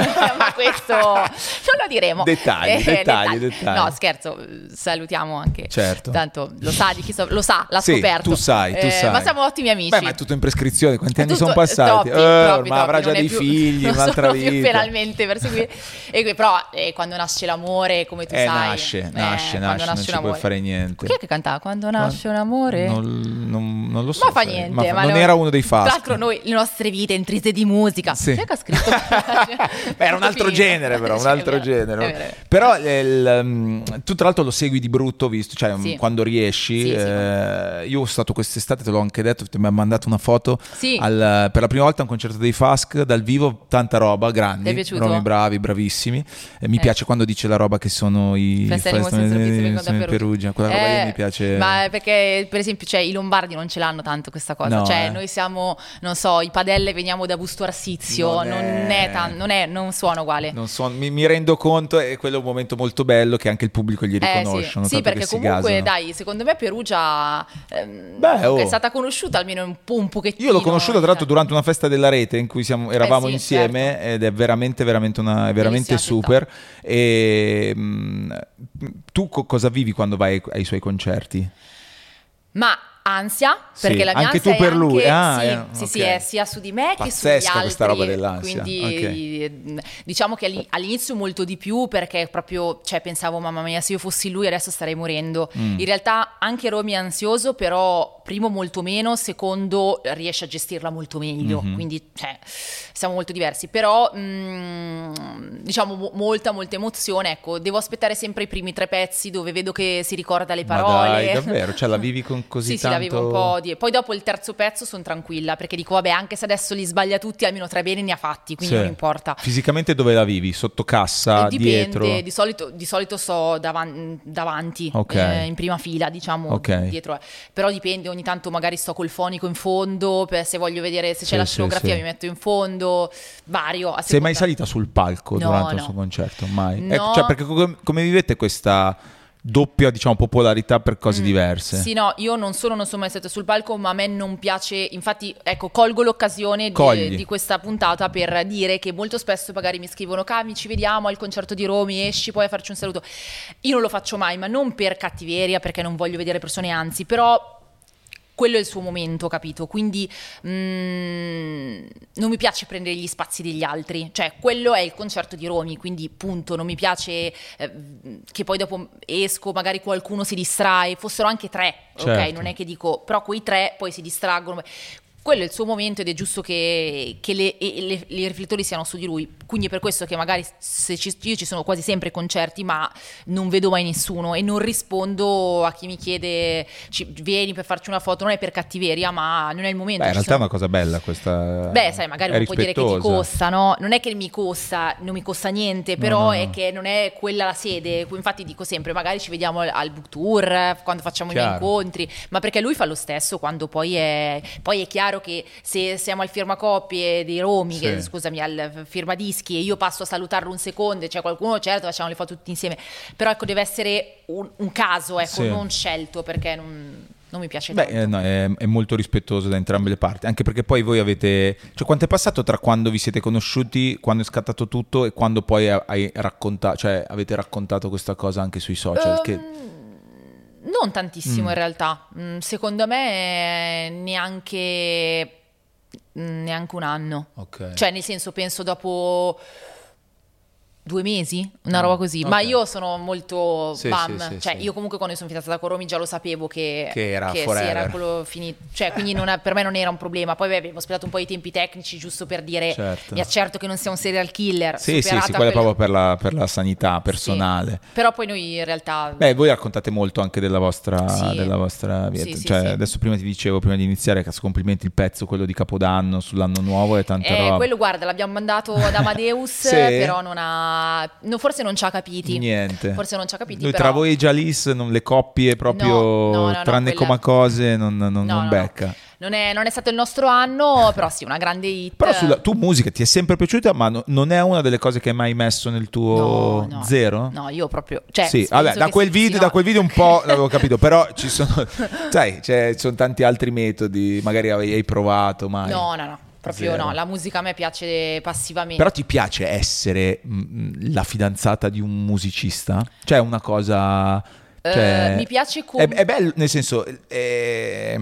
Ma questo non lo diremo. Dettagli, dettagli, dettagli. No, scherzo, salutiamo anche. Certo. Tanto lo sa di chi so- lo sa, l'ha Sì, scoperto. tu sai, tu Eh, sai. Ma siamo ottimi amici. Beh, ma è tutto in prescrizione, quanti È anni tutto- sono passati? troppi, Eh, troppi, ormai troppi, avrà già non è dei più- figli, non un'altra sono più vita. penalmente perseguiti. E qui, però eh, quando nasce l'amore, come tu Eh, sai, nasce, eh, nasce, quando nasce, non ci un puoi amore. fare niente. Chi è che cantava? Quando nasce un amore? Non, non- non lo so. Ma fa sai, niente, ma fa- ma non no- era uno dei Tra fast. l'altro noi, le nostre vite intrise di musica. Sì. Chi è che ha scritto? Beh, era un altro Finito. genere, però, un Sì, è altro vero, genere. è vero. Però il, um, tu tra l'altro lo segui di brutto, visto, cioè Sì. quando riesci. Sì, sì. eh, io ho stato quest'estate, te l'ho anche detto, ti mi ha mandato una foto Sì. al- per la prima volta a un concerto dei Fask dal vivo, tanta roba, grandi, Ti è piaciuto? romi bravi, bravissimi. E mi Eh. piace quando dice la roba che sono i Festa di Festa- Mostra Servizi eh, vengono da sono in Perugia. Perugia, quella roba lì Eh, mi piace. Ma è perché, per esempio, cioè, i lombardi non ce l'hanno tanto questa cosa. No, cioè, eh. noi siamo, non so, i Padelle veniamo da Busto Arsizio, Non non, è- è tan- non, è, non suona uguale. Non so, mi, mi rendo conto, e quello è un momento molto bello che anche il pubblico gli Eh, sì. riconoscono. Sì, tanto perché che si comunque, gasano. dai, secondo me Perugia ehm, Beh, oh. è stata conosciuta almeno un, po', un pochettino. Io l'ho conosciuta tra l'altro cioè. durante una festa della rete in cui siamo, eravamo sì, insieme, certo. ed è veramente veramente una è veramente Bellissima super. E mh, tu co- cosa vivi quando vai ai, ai suoi concerti? Ma ansia, Sì, perché la mia anche ansia tu per è lui. anche, Ah, sì, eh, sì, ok. sì, è sia su di me che sugli Pazzesca altri. questa roba dell'ansia. Quindi eh, diciamo che all'i- all'inizio molto di più, perché proprio, cioè, pensavo, mamma mia, se io fossi lui adesso starei morendo. Mm. In realtà anche Romy è ansioso, però primo molto meno, secondo riesce a gestirla molto meglio. Mhm. Quindi, cioè, siamo molto diversi. Però mh, diciamo mo- molta molta emozione. Ecco, devo aspettare sempre i primi tre pezzi dove vedo che si ricorda le Ma parole. dai, davvero? Cioè la vivi con così sì, tanto... sì, la vivo un po' di... Poi dopo il terzo pezzo sono tranquilla, perché dico, vabbè, anche se adesso li sbaglia tutti, almeno tre bene ne ha fatti, quindi Sì. non importa. Fisicamente dove la vivi? Sotto cassa, E dipende, dietro? di solito, di solito sto davan- davanti, Ok. eh, in prima fila, diciamo, Ok. dietro. Però dipende, ogni tanto magari sto col fonico in fondo, per- se voglio vedere se c'è Sì, la sì, scenografia sì. mi metto in fondo, vario. A Sei mai seconda. salita sul palco No, durante il no. suo concerto? Mai? No. Ecco, cioè, perché come, come vivete questa doppia, diciamo, popolarità per cose Mm. diverse? Sì, no, io non solo non sono mai stata sul palco, ma a me non piace, infatti, ecco, colgo l'occasione Cogli. di, di questa puntata per dire che molto spesso magari mi scrivono, Cami, ci vediamo al concerto di Romy, esci poi a farci un saluto. Io non lo faccio mai, ma non per cattiveria, perché non voglio vedere persone, anzi, però quello è il suo momento, capito? Quindi mm, non mi piace prendere gli spazi degli altri, cioè quello è il concerto di Romy, quindi punto, non mi piace eh, che poi dopo esco, magari qualcuno si distrae, fossero anche tre, ok? Certo. Non è che dico, però quei tre poi si distraggono. Quello è il suo momento ed è giusto che, che le, e- le- i riflettori siano su di lui, quindi è per questo che magari se ci, io ci sono quasi sempre concerti, ma non vedo mai nessuno e non rispondo a chi mi chiede ci- vieni per farci una foto, non è per cattiveria, ma non è il momento. Beh, in Ci realtà è sono- una cosa bella questa. Beh, sai, magari è non puoi dire che ti rispettosa. costa, no? Non è che mi costa, non mi costa niente, però no, è no. che non è quella la sede. Infatti dico sempre, magari ci vediamo al, al book tour, quando facciamo i miei Chiaro. incontri, ma perché lui fa lo stesso quando poi è... Poi è chiaro che se siamo al firmacopie di Romy, Sì. che, scusami, al firmadischi, e io passo a salutarlo un secondo e c'è qualcuno, certo, facciamo le foto tutti insieme. Però ecco, deve essere un, un caso, ecco, Sì. non scelto, perché non, non mi piace Beh, tanto. eh, no, è, è molto rispettoso da entrambe le parti, anche perché poi voi avete... Cioè, quanto è passato tra quando vi siete conosciuti, quando è scattato tutto e quando poi hai raccontato, cioè avete raccontato questa cosa anche sui social? che... Ehm, Non tantissimo Mm. in realtà. Mm, secondo me eh, neanche, mm, neanche un anno. Ok. Cioè, nel senso, penso dopo due mesi, una roba così, okay. ma io sono molto sì, bam, sì, sì, cioè sì. io comunque quando mi sono fidanzata con Romy già lo sapevo che, che era che forever. sì, era quello finito, cioè quindi non è, per me non era un problema. Poi beh, abbiamo aspettato un po' i tempi tecnici giusto per dire, certo. mi accerto che non sia un serial killer. Sì, sì, sì, quello è proprio per la, per la sanità personale. Sì. Però poi noi in realtà... Beh, voi raccontate molto anche della vostra, sì. della vostra vita. Sì, sì, cioè, sì. adesso prima ti dicevo, prima di iniziare, cazzo, complimenti il pezzo, quello di Capodanno, sull'anno nuovo e tante eh, robe. Quello, guarda, l'abbiamo mandato ad Amadeus, sì. però non ha... No, forse non ci ha capiti. Niente. Forse non ci ha capiti, Lui, però... tra voi e Jalis, non, le coppie proprio, no, no, no, tranne no, quella... come cose, non, non, no, non no, becca. No. Non è, non è stato il nostro anno, però sì, una grande hit. Però sulla, tu musica ti è sempre piaciuta, ma no, non è una delle cose che hai mai messo nel tuo no, no, zero? No, io proprio... Cioè, sì, vabbè, da quel, video, sì, da quel video un po' l'avevo capito, però ci sono, sai, cioè, ci sono tanti altri metodi, magari hai provato mai. No, no, no. Proprio Zero. No, la musica a me piace passivamente. Però ti piace essere mh, la fidanzata di un musicista? Cioè una cosa... Cioè, uh, mi piace come... È, è bello, nel senso... È,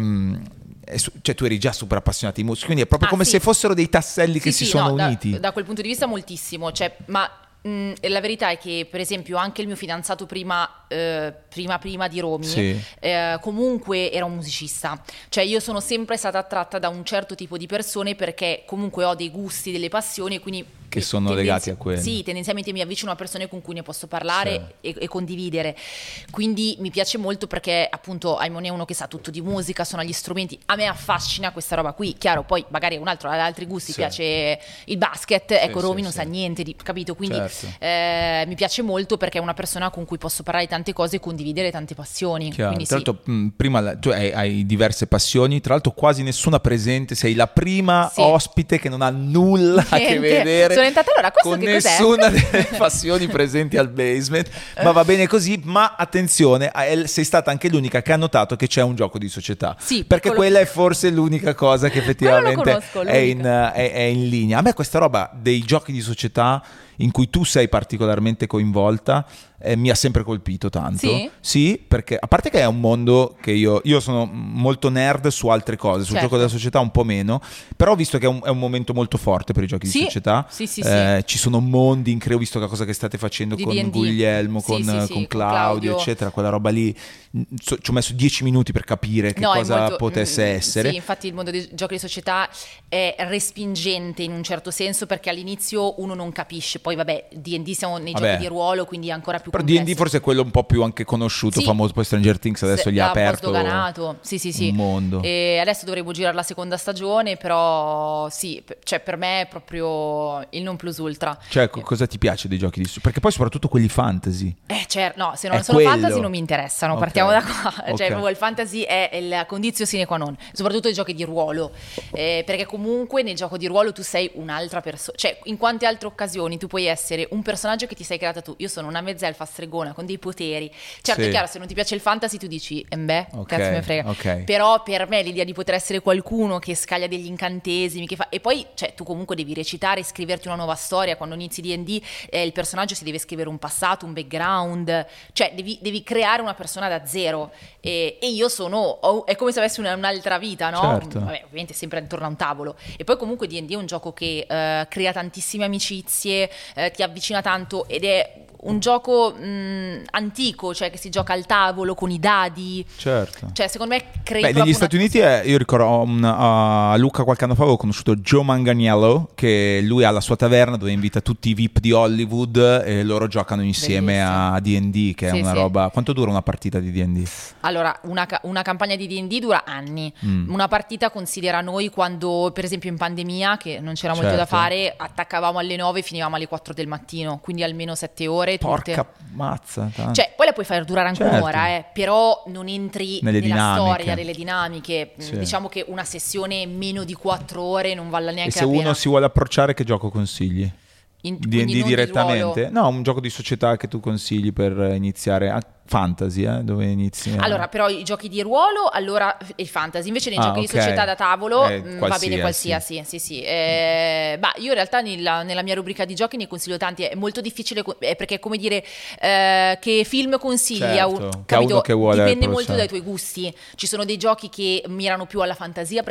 è, cioè tu eri già super appassionata di musica, quindi è proprio ah, come sì. se fossero dei tasselli sì, che sì, si sono no, uniti. Da, da quel punto di vista moltissimo, cioè, ma... Mm, la verità è che per esempio anche il mio fidanzato prima eh, prima prima di Romy sì. eh, comunque era un musicista, cioè io sono sempre stata attratta da un certo tipo di persone perché comunque ho dei gusti, delle passioni e quindi che sono tendenzi- legati a quello. Sì, tendenzialmente mi avvicino a persone con cui ne posso parlare sì. e, e condividere, quindi mi piace molto perché appunto Aimon è uno che sa tutto di musica, suona gli strumenti, a me affascina questa roba qui, chiaro, poi magari un altro ha altri gusti, sì. piace il basket, sì, ecco Romy sì, non sì. sa niente di, capito, quindi certo. Eh, mi piace molto perché è una persona con cui posso parlare di tante cose e condividere tante passioni. Quindi tra sì. l'altro mh, prima tu hai, hai diverse passioni, tra l'altro quasi nessuna presente, sei la prima sì. ospite che non ha nulla Niente. a che vedere Sono entrata allora, questo con che nessuna delle passioni presenti al Basement, ma va bene così. Ma attenzione, sei stata anche l'unica che ha notato che c'è un gioco di società, sì, perché quella è forse l'unica cosa che effettivamente conosco, è, in, è, è in linea. A me questa roba dei giochi di società in cui tu sei particolarmente coinvolta eh, mi ha sempre colpito tanto. Sì? Sì, perché a parte che è un mondo che io, io sono molto nerd su altre cose, sul certo. gioco della società un po' meno, però ho visto che è un, è un momento molto forte per i giochi sì? di società. Sì, sì, eh, sì. Ci sono mondi incredibili, ho visto che cosa che state facendo di con D and D. Guglielmo, con, sì, sì, con, sì, con Claudio, Claudio, eccetera, quella roba lì. Ci ho messo dieci minuti per capire che no, cosa molto, potesse mh, essere. Sì, infatti il mondo dei giochi di società è respingente in un certo senso perché all'inizio uno non capisce, poi vabbè D and D siamo nei vabbè. giochi di ruolo, quindi è ancora più però complesso. D and D forse è quello un po' più anche conosciuto, sì. famoso, poi Stranger Things adesso Se, gli ha aperto sdoganato. Sì, sì, sì. un mondo. E adesso dovremo girare la seconda stagione, però sì, cioè per me è proprio il non plus ultra. Cioè cosa ti piace dei giochi di società? Perché poi soprattutto quelli fantasy. Eh certo, no, se non è sono quello. fantasy non mi interessano, okay. partiamo da qua, okay. cioè proprio il fantasy è la condizio sine qua non, soprattutto i giochi di ruolo, eh, perché comunque nel gioco di ruolo tu sei un'altra persona, cioè in quante altre occasioni tu puoi essere un personaggio che ti sei creata tu, io sono una mezzelfa stregona con dei poteri, certo sì. è chiaro se non ti piace il fantasy tu dici beh, okay. cazzo me frega, okay. però per me l'idea di poter essere qualcuno che scaglia degli incantesimi, che fa... e poi cioè tu comunque devi recitare, scriverti una nuova storia, quando inizi D and D eh, il personaggio si deve scrivere un passato, un background, cioè devi, devi creare una persona da zero e, e io sono, oh, è come se avessi una, un'altra vita, no? Certo. Vabbè, ovviamente sempre intorno a un tavolo e poi comunque D and D è un gioco che eh, crea tantissime amicizie, eh, ti avvicina tanto ed è un gioco mh, antico, cioè che si gioca al tavolo con i dadi, certo, cioè secondo me crei Beh, negli Stati Uniti è, io ricordo um, a Lucca qualche anno fa avevo conosciuto Joe Manganiello, che lui ha la sua taverna dove invita tutti i V I P di Hollywood e loro giocano insieme Bellissimo. a D and D, che sì, è una sì. roba. Quanto dura una partita di D and D? Allora una, una campagna di D and D dura anni, mm. una partita considera noi quando per esempio in pandemia che non c'era molto certo. da fare attaccavamo alle nove e finivamo alle quattro del mattino, quindi almeno sette ore. Porca tutte. mazza, tanto. Cioè poi la puoi far durare anche certo. un'ora eh, però non entri nelle nella dinamiche. storia, nelle dinamiche sì. diciamo che una sessione meno di quattro ore non vale neanche e se la pena. Uno si vuole approcciare, che gioco consigli? In, D and D direttamente? No, un gioco di società che tu consigli per iniziare a fantasy, eh? Dove inizi? A... Allora, però i giochi di ruolo, allora il fantasy, invece nei ah, giochi okay. di società da tavolo eh, mh, va bene qualsiasi. Sì, sì. Eh, bah, io in realtà nella, nella mia rubrica di giochi ne consiglio tanti, è molto difficile eh, perché è come dire eh, che film consigli certo, a un, che a uno che vuole dipende approcciare. molto dai tuoi gusti. Ci sono dei giochi che mirano più alla fantasia perché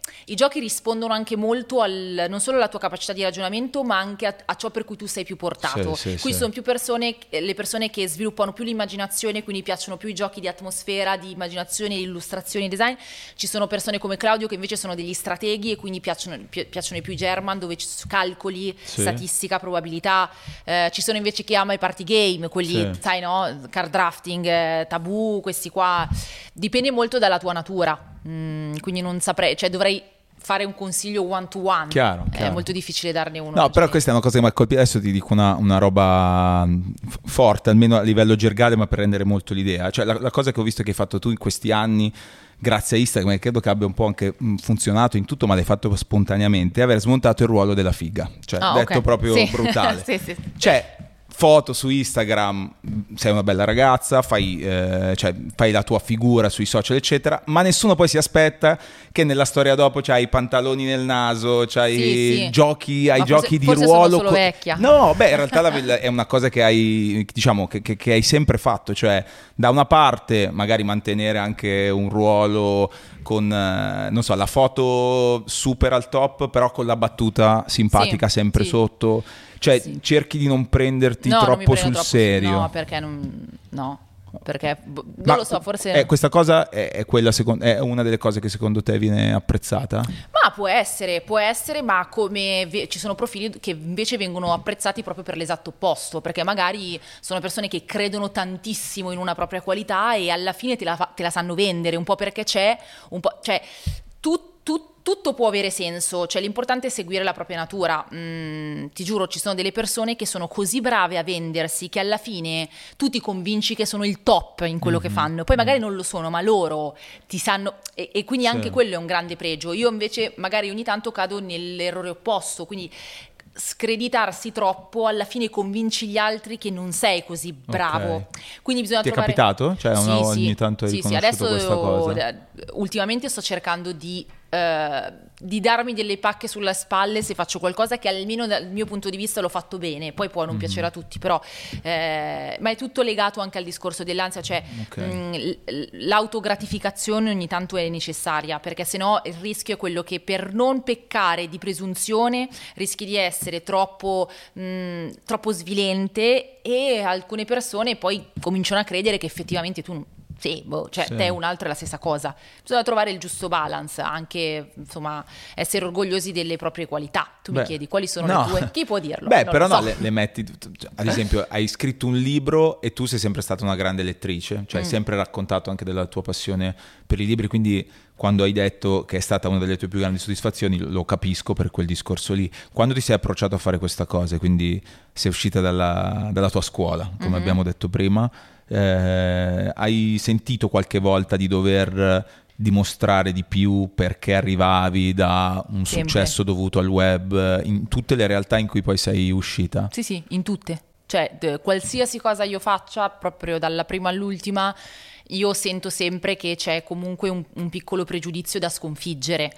i giochi rispondono anche molto al, non solo alla tua capacità di ragionamento, ma anche a, a ciò per cui tu sei più portato. Sì, sì, qui sì. sono più persone, le persone che sviluppano più l'immaginazione, quindi piacciono più i giochi di atmosfera, di immaginazione, di illustrazione, design. Ci sono persone come Claudio che invece sono degli strateghi e quindi piacciono, pi- piacciono i più German, dove ci sono calcoli, sì. statistica, probabilità. Eh, ci sono invece chi ama i party game, quelli, sì. sai, no? Card drafting, eh, tabù, questi qua. Dipende molto dalla tua natura. Mm, quindi non saprei, cioè dovrei fare un consiglio one to one. Chiaro, è chiaro. molto difficile darne uno. No, però questa è una cosa che mi ha colpito. Adesso ti dico una, una roba f- forte, almeno a livello gergale, ma per rendere molto l'idea. Cioè la, la cosa che ho visto che hai fatto tu in questi anni, grazie a Instagram, e credo che abbia un po' anche mh, funzionato in tutto, ma l'hai fatto spontaneamente, è aver smontato il ruolo della figa. Cioè, oh, detto okay. proprio sì. brutale. sì, sì. Cioè, foto su Instagram, sei una bella ragazza, fai, eh, cioè, fai la tua figura sui social eccetera, ma nessuno poi si aspetta che nella storia dopo c'hai i pantaloni nel naso, c'hai sì, sì. giochi, hai ma giochi forse, di forse ruolo. Sono solo vecchia. No, beh, in realtà la, è una cosa che hai, diciamo, che, che, che hai sempre fatto, cioè da una parte magari mantenere anche un ruolo con, eh, non so, la foto super al top, però con la battuta simpatica sì, sempre sì. sotto. Cioè sì. cerchi di non prenderti no, troppo non sul troppo serio. No, perché non... No. Perché non Ma lo so, forse eh, questa cosa è, è, quella secondo, è una delle cose che secondo te viene apprezzata? Ma può essere, può essere, ma come ve- ci sono profili che invece vengono apprezzati proprio per l'esatto opposto, perché magari sono persone che credono tantissimo in una propria qualità e alla fine te la, fa- te la sanno vendere, un po' perché c'è, un po', cioè tu, tu, tutto può avere senso, cioè l'importante è seguire la propria natura. Mm, ti giuro, ci sono delle persone che sono così brave a vendersi che alla fine tu ti convinci che sono il top in quello mm-hmm. che fanno, poi magari non lo sono, ma loro ti sanno, e, e quindi anche sì. quello è un grande pregio. Io invece magari ogni tanto cado nell'errore opposto, quindi screditarsi troppo, alla fine convinci gli altri che non sei così bravo. Okay. Quindi bisogna Ti trovare... è capitato? Cioè sì, una, sì, ogni tanto hai sì, sì. riconosciuto Adesso questa cosa? Ultimamente sto cercando di, eh, di darmi delle pacche sulle spalle se faccio qualcosa che almeno dal mio punto di vista l'ho fatto bene, poi può non mm-hmm. piacere a tutti, però eh, ma è tutto legato anche al discorso dell'ansia, cioè okay. mh, l'autogratificazione ogni tanto è necessaria, perché sennò il rischio è quello che per non peccare di presunzione rischi di essere troppo, mh, troppo svilente e alcune persone poi cominciano a credere che effettivamente tu sì, boh, cioè sì. te un altro è la stessa cosa. Bisogna trovare il giusto balance, anche insomma essere orgogliosi delle proprie qualità. Tu Beh, mi chiedi quali sono no. le tue? Chi può dirlo? Beh, non però so. no, le, le metti, ad esempio hai scritto un libro e tu sei sempre stata una grande lettrice, cioè mm. hai sempre raccontato anche della tua passione per i libri, quindi quando hai detto che è stata una delle tue più grandi soddisfazioni lo capisco per quel discorso lì. Quando ti sei approcciato a fare questa cosa, quindi sei uscita dalla, dalla tua scuola, come mm-hmm. abbiamo detto prima, Eh, hai sentito qualche volta di dover dimostrare di più perché arrivavi da un Sempre. successo dovuto al web in tutte le realtà in cui poi sei uscita? Sì, sì, in tutte. Cioè, d- qualsiasi cosa io faccia, proprio dalla prima all'ultima, io sento sempre che c'è comunque un, un piccolo pregiudizio da sconfiggere,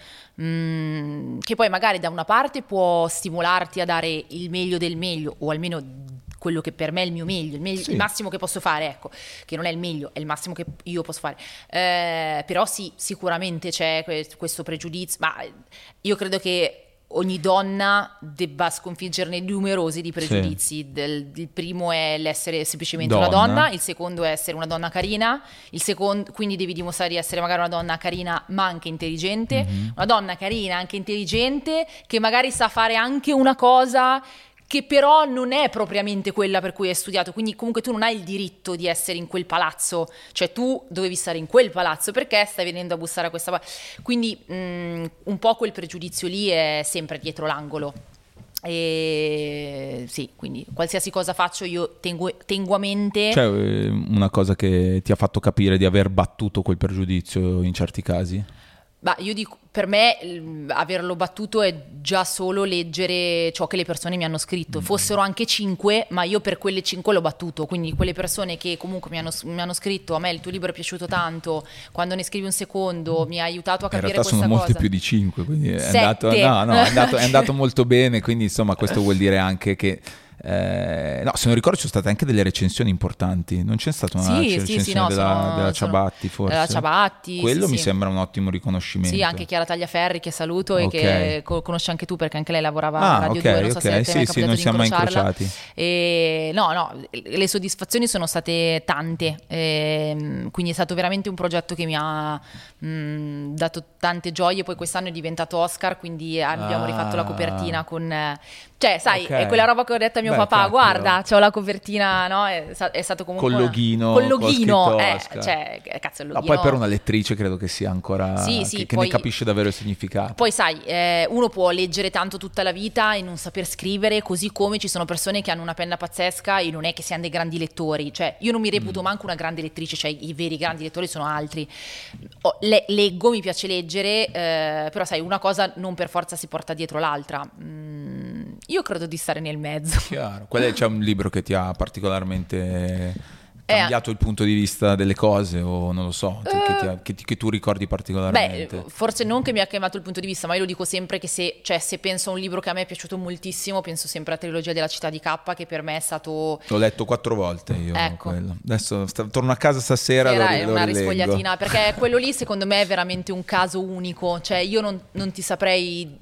mm, che poi magari da una parte può stimolarti a dare il meglio del meglio, o almeno quello che per me è il mio meglio, il, meglio, sì. il massimo che posso fare, ecco, che non è il meglio, è il massimo che io posso fare. Eh, però sì, sicuramente c'è questo pregiudizio, ma io credo che ogni donna debba sconfiggerne numerosi di pregiudizi. Sì. Del, il primo è l'essere semplicemente donna. una donna, il secondo è essere una donna carina, il secondo, quindi devi dimostrare di essere magari una donna carina ma anche intelligente, mm-hmm. una donna carina anche intelligente che magari sa fare anche una cosa che però non è propriamente quella per cui hai studiato, quindi comunque tu non hai il diritto di essere in quel palazzo, cioè tu dovevi stare in quel palazzo perché stai venendo a bussare a questa pa- quindi mh, un po' quel pregiudizio lì è sempre dietro l'angolo. E sì, quindi qualsiasi cosa faccio io tengo, tengo a mente. C'è una cosa che ti ha fatto capire di aver battuto quel pregiudizio in certi casi? Bah, io dico, per me averlo battuto è già solo leggere ciò che le persone mi hanno scritto, fossero anche cinque, ma io per quelle cinque l'ho battuto, quindi quelle persone che comunque mi hanno, mi hanno scritto a me il tuo libro è piaciuto tanto, quando ne scrivi un secondo mi ha aiutato a capire questa cosa. In realtà sono molte più di cinque, quindi è andato, no, no, è andato, è andato molto bene, quindi insomma questo vuol dire anche che Eh, no, se non ricordo ci sono state anche delle recensioni importanti, non c'è stata una sì, recensione sì, sì, no, della, sono, della Ciabatti forse della Ciabatti, quello sì, mi sì. sembra un ottimo riconoscimento. Sì, anche Chiara Tagliaferri, che saluto e Ok. che co- conosci anche tu, perché anche lei lavorava Ah, a Radio ok, due, non so ok. se ti è mai Sì, sì, capitato non di siamo mai incrociarla. incrociati. E no, no, le soddisfazioni sono state tante, ehm, quindi è stato veramente un progetto che mi ha mh, dato tante gioie. Poi quest'anno è diventato Oscar, quindi abbiamo Ah. rifatto la copertina con... eh, cioè, sai, Ok. è quella roba che ho detto a mio Beh, papà, cacchio. guarda, c'ho la copertina, no? È, sta- è stato comunque... Col una- loghino, Col con loghino, scritto eh, Oscar. cioè, cazzo, il No, loghino... poi per una lettrice credo che sia ancora Sì, sì, che, che poi- ne capisce davvero il significato. Poi sai, eh, uno può leggere tanto tutta la vita e non saper scrivere, così come ci sono persone che hanno una penna pazzesca e non è che siano dei grandi lettori. Cioè, io non mi reputo Mm. manco una grande lettrice, cioè i veri grandi lettori sono altri. Oh, le- leggo, mi piace leggere, eh, però sai, una cosa non per forza si porta dietro l'altra. Mm, io credo di stare nel mezzo. Chiaro. Qual è, c'è un libro che ti ha particolarmente Eh, cambiato il punto di vista delle cose o non lo so, cioè, che, ti ha- che ti- che tu ricordi particolarmente? Beh, forse non che mi ha chiamato il punto di vista, ma io lo dico sempre che se, cioè, se penso a un libro che a me è piaciuto moltissimo, penso sempre alla trilogia della città di K, che per me è stato... L'ho letto quattro volte io. Ecco. Quello. Adesso sta- torno a casa stasera. Era lo, ri- lo una rileggo. risfogliatina, perché quello lì secondo me è veramente un caso unico, cioè io non, non ti saprei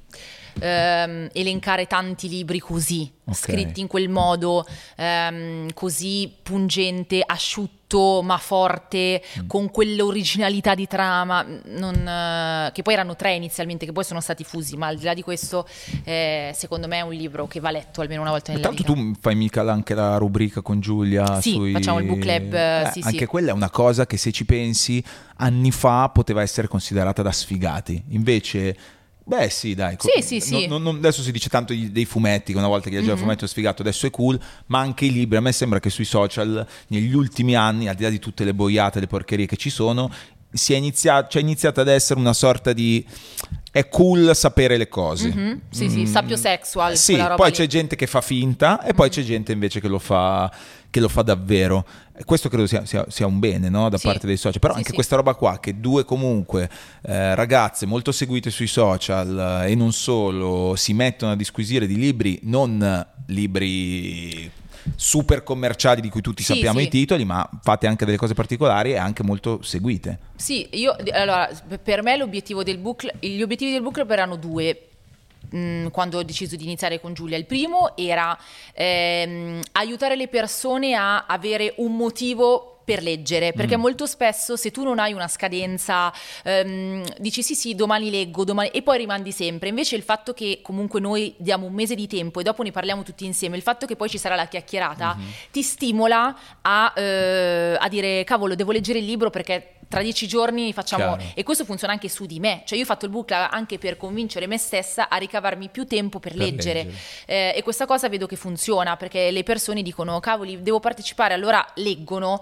ehm, elencare tanti libri così, Ok. scritti in quel modo, ehm, così pungente, asciutto ma forte, Mm. con quell'originalità di trama, non, eh, che poi erano tre inizialmente, che poi sono stati fusi, ma al di là di questo eh, secondo me è un libro che va letto almeno una volta Ma nella tanto vita. tu fai mica anche la rubrica con Giulia Sì, sui... facciamo il book club, eh, sì, anche sì. quella è una cosa che se ci pensi anni fa poteva essere considerata da sfigati, invece beh sì dai, co- Sì, sì, sì. non- non- adesso si dice tanto di- dei fumetti, che una volta che leggeva il fumetto è sfigato, adesso è cool, ma anche i libri, a me sembra che sui social negli ultimi anni, al di là di tutte le boiate, le porcherie che ci sono, si è iniziato, cioè è iniziata ad essere una sorta di è cool sapere le cose. Mhm, sì, sì, Mm, sapiosexual, sì, quella roba poi lì. c'è gente che fa finta e poi c'è gente invece che lo fa, che lo fa davvero. E questo credo sia, sia- sia un bene, no? Da Sì. parte dei social. Però Sì, anche sì. questa roba qua, che due comunque eh, ragazze molto seguite sui social eh, e non solo, si mettono a disquisire di libri, non libri super commerciali di cui tutti Sì, sappiamo sì. i titoli, ma fate anche delle cose particolari e anche molto seguite. Sì, io allora per me l'obiettivo del book gli obiettivi del book club erano due. mh, Quando ho deciso di iniziare con Giulia, il primo era ehm, aiutare le persone a avere un motivo per leggere, perché molto spesso se tu non hai una scadenza ehm, dici sì sì domani leggo domani e poi rimandi sempre. Invece il fatto che comunque noi diamo un mese di tempo e dopo ne parliamo tutti insieme, il fatto che poi ci sarà la chiacchierata ti stimola a, eh, a dire cavolo devo leggere il libro perché tra dieci giorni facciamo... Chiaro. E questo funziona anche su di me, cioè io ho fatto il book club anche per convincere me stessa a ricavarmi più tempo per, Per leggere, leggere. Eh, e questa cosa vedo che funziona perché le persone dicono cavoli devo partecipare, allora leggono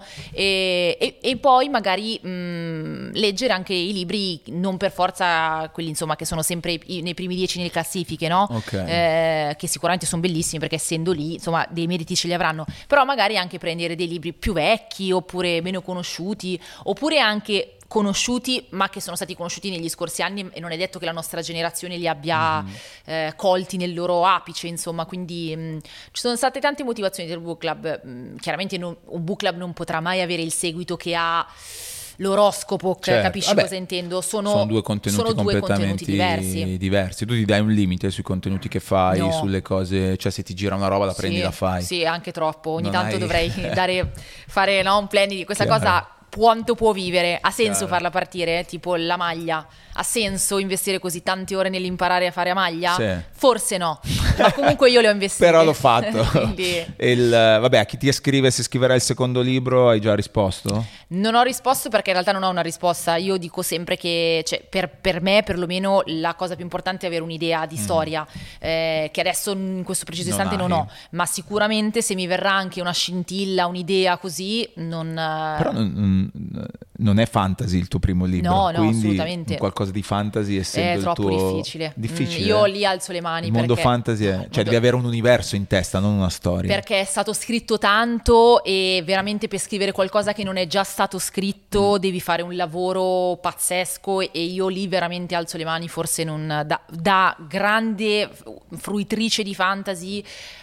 e, e- e poi magari mh, leggere anche i libri non per forza quelli insomma che sono sempre i- nei primi dieci nelle classifiche, no? Ok. Eh, che sicuramente sono bellissimi perché essendo lì insomma dei meriti ce li avranno, però magari anche prendere dei libri più vecchi oppure meno conosciuti oppure anche conosciuti ma che sono stati conosciuti negli scorsi anni e non è detto che la nostra generazione li abbia eh, colti nel loro apice, insomma, quindi mh, ci sono state tante motivazioni del book club. Mh, chiaramente non- un book club non potrà mai avere il seguito che ha l'oroscopo, che Certo. capisci Vabbè, cosa intendo? Sono, sono due contenuti sono due completamente contenuti diversi. diversi. Tu ti dai un limite sui contenuti che fai, No. sulle cose, cioè se ti gira una roba la prendi Sì, e la fai. Sì, anche troppo. Ogni Non tanto hai- dovrei dare, fare no, un planning di questa Chiaro. cosa. Quanto può vivere? Ha senso Chiaro. farla partire? Tipo la maglia. Ha senso investire così tante ore nell'imparare a fare a maglia? Sì. Forse no, ma comunque io le ho investite. Però l'ho fatto. Quindi E il, vabbè, a chi ti scrive se scriverai il secondo libro hai già risposto? non ho risposto perché in realtà non ho una risposta. Io dico sempre che cioè, per, per me perlomeno la cosa più importante è avere un'idea di storia, eh, che adesso in questo preciso Non istante non hai. ho, ma sicuramente se mi verrà anche una scintilla, un'idea così, non... eh, Però non, non è fantasy il tuo primo libro, No, no, quindi assolutamente. qualcosa di fantasy essendo è il troppo tuo... difficile. Difficile? Mm, io lì alzo le mani Il mondo perché... fantasy è... No, Cioè mondo- devi avere un universo in testa, non una storia. Perché è stato scritto tanto e veramente per scrivere qualcosa che non è già stato scritto Mm. devi fare un lavoro pazzesco e io lì veramente alzo le mani, forse non da, da grande fruitrice di fantasy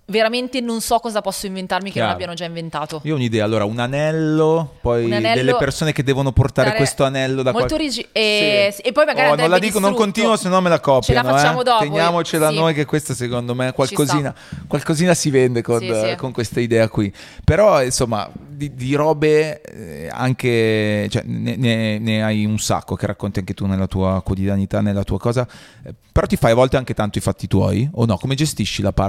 veramente non so cosa posso inventarmi che Chiaro. non abbiano già inventato. Io ho un'idea, allora un anello, poi Un anello, delle persone che devono portare dare- questo anello da molto qual- rigi- e, Sì. e poi magari Oh, non la andrebbe dico, non distrutto. continuo, se no me la copiano. Ce la facciamo eh. dopo. Teniamocela Sì. noi, che questa secondo me Ci qualcosina, qualcosina si vende con, Sì, sì. con questa idea qui. Però insomma di, di robe eh, anche, cioè, ne, ne- ne hai un sacco che racconti anche tu nella tua quotidianità, nella tua cosa. Eh, però ti fai a volte anche tanto i fatti tuoi o no? Come gestisci la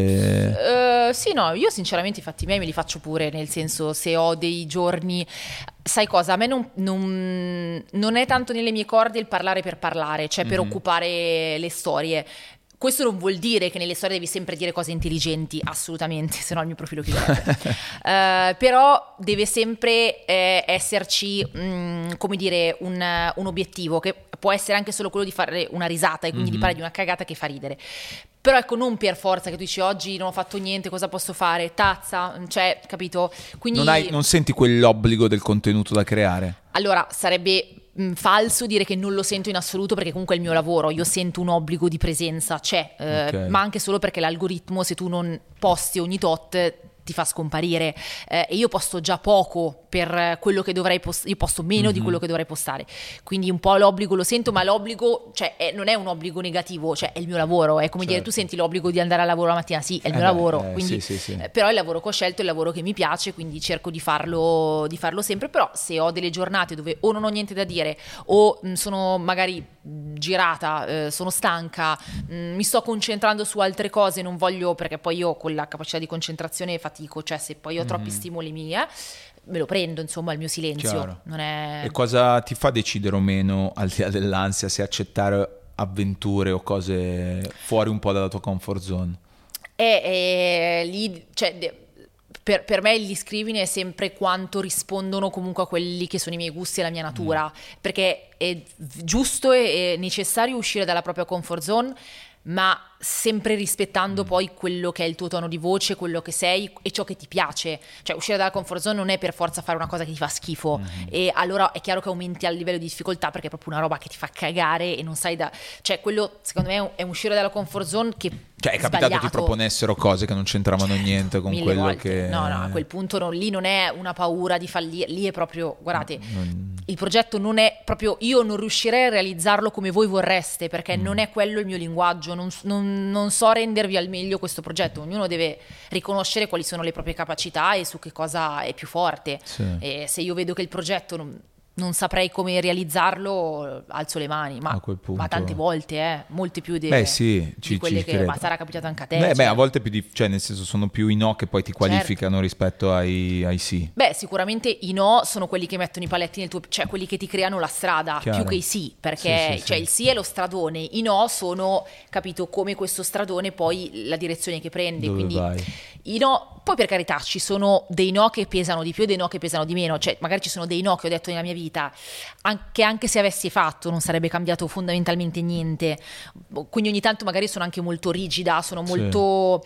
parte? Eh, sì, no, io sinceramente i fatti miei me li faccio pure, nel senso, se ho dei giorni, sai cosa, a me non, non- non è tanto nelle mie corde il parlare per parlare, cioè per Mhm. occupare le storie. Questo non vuol dire che nelle storie devi sempre dire cose intelligenti, assolutamente, se no il mio profilo chiuderebbe. Eh, però deve sempre eh, esserci, mh, come dire, un, un obiettivo, che può essere anche solo quello di fare una risata e quindi di Mhm. parlare di una cagata che fa ridere. Però ecco, non per forza che tu dici oggi non ho fatto niente, cosa posso fare? Tazza, cioè, capito? Quindi Non, hai- non senti quell'obbligo del contenuto da creare? allora sarebbe mh, falso dire che non lo sento in assoluto, perché comunque è il mio lavoro, io sento un obbligo di presenza, c'è, eh, Ok. ma anche solo perché l'algoritmo, se tu non posti ogni tot, ti fa scomparire, eh, e io posto già poco per quello che dovrei postare, io posto meno Mhm. di quello che dovrei postare, quindi un po' l'obbligo lo sento, ma l'obbligo, cioè, è- non è un obbligo negativo, cioè è il mio lavoro, è come dire, Certo. tu senti l'obbligo di andare al lavoro la mattina, sì, è il Eh mio beh, lavoro, eh, quindi, sì, sì, sì. eh, però è il lavoro che ho scelto, è il lavoro che mi piace, quindi cerco di farlo, di farlo sempre. Però se ho delle giornate dove o non ho niente da dire o mh, sono magari mh, girata, eh, sono stanca, mh, mi sto concentrando su altre cose, non voglio, perché poi io con la capacità di concentrazione fatico, cioè se poi ho troppi Mhm. stimoli mia, me lo prendo, insomma, il mio silenzio. Chiaro. Non è... E cosa ti fa decidere o meno, al di là dell'ansia, se accettare avventure o cose fuori un po' dalla tua comfort zone? E, e lì, cioè, de- per, per me gli scrivini è sempre quanto rispondono comunque a quelli che sono i miei gusti e la mia natura, perché è giusto e è necessario uscire dalla propria comfort zone, ma sempre rispettando poi quello che è il tuo tono di voce, quello che sei e ciò che ti piace. Cioè uscire dalla comfort zone non è per forza fare una cosa che ti fa schifo, e allora è chiaro che aumenti il livello di difficoltà, perché è proprio una roba che ti fa cagare e non sai da... Cioè quello secondo me è un, è un uscire dalla comfort zone che... Cioè è capitato sbagliato. ti proponessero cose che non c'entravano niente con Mille quello volte. che... No, no, a quel punto non- lì non è una paura di fallire, lì è proprio, guardate, Non- il progetto non è proprio, io non riuscirei a realizzarlo come voi vorreste, perché Mm. non è quello il mio linguaggio, non, non- non so rendervi al meglio questo progetto, ognuno deve riconoscere quali sono le proprie capacità e su che cosa è più forte. Sì. E se io vedo che il progetto non, non saprei come realizzarlo, alzo le mani, ma, A quel punto- ma tante volte, eh, molte più di, Beh sì, di ci, quelle ci che credo. ma sarà capitato anche a te. Beh, beh, cioè. a volte più di... cioè nel senso sono più i no che poi ti qualificano rispetto ai, ai sì. Beh, sicuramente i no sono quelli che mettono i paletti nel tuo, cioè quelli che ti creano la strada, Chiaro. più che i sì, perché Sì, sì, cioè, sì. il sì è lo stradone, i no sono, capito, come questo stradone poi la direzione che prende. Dove Quindi vai? i no, poi per carità ci sono dei no che pesano di più e dei no che pesano di meno, cioè magari ci sono dei no che ho detto nella mia vita, anche, anche se avessi fatto non sarebbe cambiato fondamentalmente niente, quindi ogni tanto magari sono anche molto rigida, sono Sì. molto,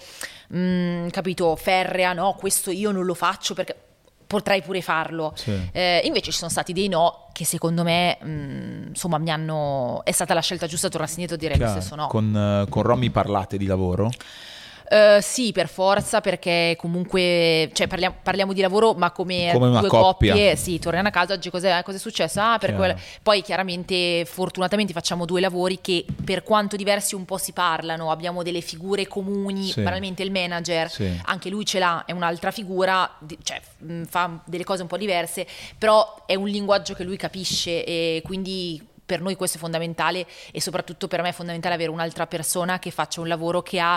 mm, capito, ferrea, no, questo io non lo faccio perché... potrei pure farlo. Sì. Eh, invece ci sono stati dei no che secondo me mh, insomma mi hanno, è stata la scelta giusta, tornassi indietro e dire lo Chiaro. stesso no. Con, eh, con Romy parlate di lavoro? Eh, sì, per forza, perché comunque cioè, parliamo, parliamo di lavoro, ma come, Come una due coppia. coppie, sì, torniamo a casa oggi, cos'è, cos'è successo? Ah, per Chiaro. quella... Poi chiaramente, fortunatamente facciamo due lavori che per quanto diversi un po' si parlano, abbiamo delle figure comuni, Sì. banalmente il manager, Sì. anche lui ce l'ha, è un'altra figura, di- cioè mh, fa delle cose un po' diverse, però è un linguaggio che lui capisce e quindi... Per noi questo è fondamentale, e soprattutto per me è fondamentale avere un'altra persona che faccia un lavoro che ha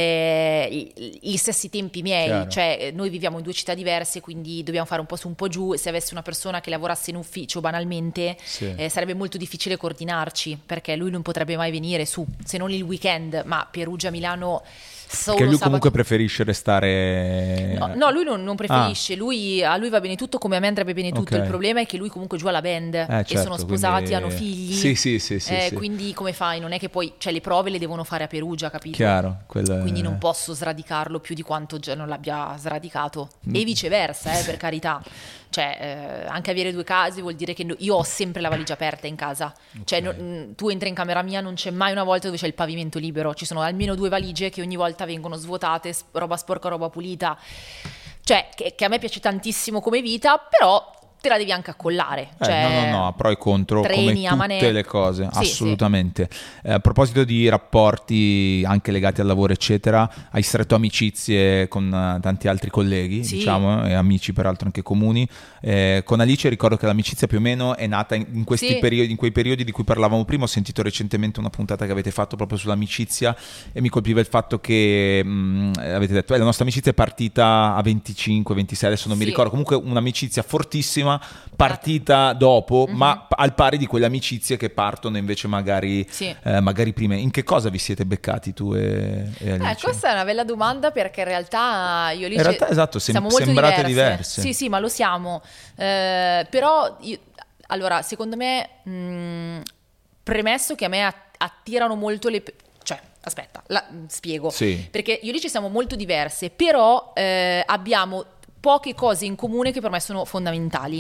eh, i- gli stessi tempi miei. Chiaro. Cioè eh, noi viviamo in due città diverse, quindi dobbiamo fare un po' su un po' giù, e se avessi una persona che lavorasse in ufficio banalmente Sì. eh, sarebbe molto difficile coordinarci, perché lui non potrebbe mai venire su, se non il weekend, ma Perugia, Milano solo Perché lui sabato. comunque preferisce restare... No, no, lui non, non preferisce, lui, a lui va bene tutto come a me andrebbe bene tutto, Ok. il problema è che lui comunque già la band e certo, sono sposati, quindi- hanno figli figli. Sì, sì, sì, sì, eh, sì. Quindi come fai? Non è che poi, cioè le prove le devono fare a Perugia, capito? Chiaro, quello è... Quindi non posso sradicarlo più di quanto già non l'abbia sradicato. E viceversa, eh, per carità. Cioè, eh, anche avere due case vuol dire che no- io ho sempre la valigia aperta in casa. Cioè, Ok. no- tu entri in camera mia, non c'è mai una volta dove c'è il pavimento libero. Ci sono almeno due valigie che ogni volta vengono svuotate, s- roba sporca, roba pulita. Cioè, che, che a me piace tantissimo come vita, però te la devi anche accollare. Eh, Cioè, no, no, no, pro e contro treni come a tutte manetta. le cose, Sì, assolutamente. Eh, a proposito di rapporti anche legati al lavoro, eccetera, hai stretto amicizie con eh, tanti altri colleghi, Sì. diciamo, e amici peraltro anche comuni. Eh, con Alice ricordo che l'amicizia più o meno è nata in, in questi Sì. periodi, in quei periodi di cui parlavamo prima. Ho sentito recentemente una puntata che avete fatto proprio sull'amicizia e mi colpiva il fatto che mh, avete detto eh, la nostra amicizia è partita a venticinque ventisei, adesso non mi Sì. ricordo, comunque un'amicizia fortissima partita dopo, Mhm. ma al pari di quelle amicizie che partono invece magari, Sì. eh, magari prima. In che cosa vi siete beccati tu e, e Alice? Eh, questa è una bella domanda perché in realtà io e Alice In realtà, esatto, sem- siamo molto sembrate diverse. diverse. Sì, sì, ma lo siamo. Eh, però, io- allora, secondo me, mh, premesso che a me att- attirano molto le... pe- Cioè, aspetta, la- spiego. Sì. Perché io e Alice siamo molto diverse, però eh, abbiamo poche cose in comune che per me sono fondamentali.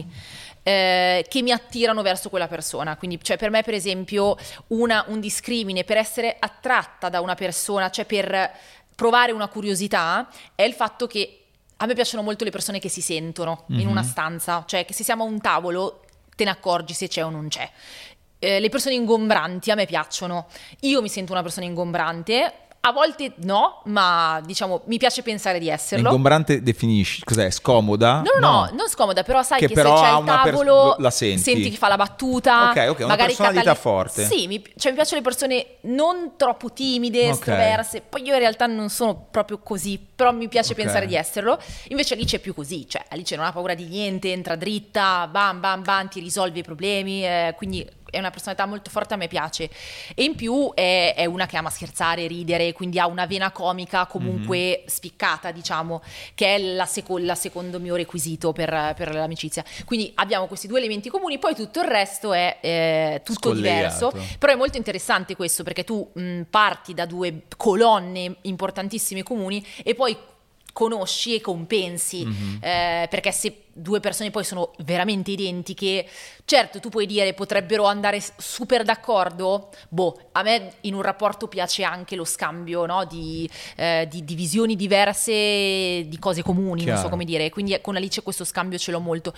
eh, che mi attirano verso quella persona. Quindi, cioè, per me, per esempio, una- un discrimine per essere attratta da una persona, cioè per provare una curiosità, è il fatto che a me piacciono molto le persone che si sentono in Mhm. una stanza, cioè che se siamo a un tavolo te ne accorgi se c'è o non c'è. Eh, le persone ingombranti a me piacciono. Io mi sento una persona ingombrante. A volte no, ma diciamo mi piace pensare di esserlo. Ingombrante definisci, cos'è? Scomoda? No, no, no, non scomoda, però sai Che che, però se c'è ha il una pers- tavolo la senti. chi fa la battuta. Ok, ok, una magari personalità catali- forte. Sì, mi, cioè, mi piacciono le persone non troppo timide, Ok. estroverse. Poi io in realtà non sono proprio così, però mi piace Ok. pensare di esserlo. Invece Alice è più così, cioè Alice non ha paura di niente, entra dritta, bam bam bam, ti risolve i problemi, eh, quindi è una personalità molto forte, a me piace. E in più è, è una che ama scherzare, ridere, quindi ha una vena comica comunque spiccata, diciamo, che è la seco- la secondo mio requisito per, per l'amicizia. Quindi abbiamo questi due elementi comuni, poi tutto il resto è eh, tutto Scollegato. diverso. Però è molto interessante questo, perché tu mh, parti da due colonne importantissime comuni e poi conosci e compensi, Mhm. eh, perché se due persone poi sono veramente identiche, certo tu puoi dire potrebbero andare s- super d'accordo, boh, a me in un rapporto piace anche lo scambio, no, di, eh, di, di visioni diverse, di cose comuni, non so Chiaro. come dire, quindi con Alice questo scambio ce l'ho molto.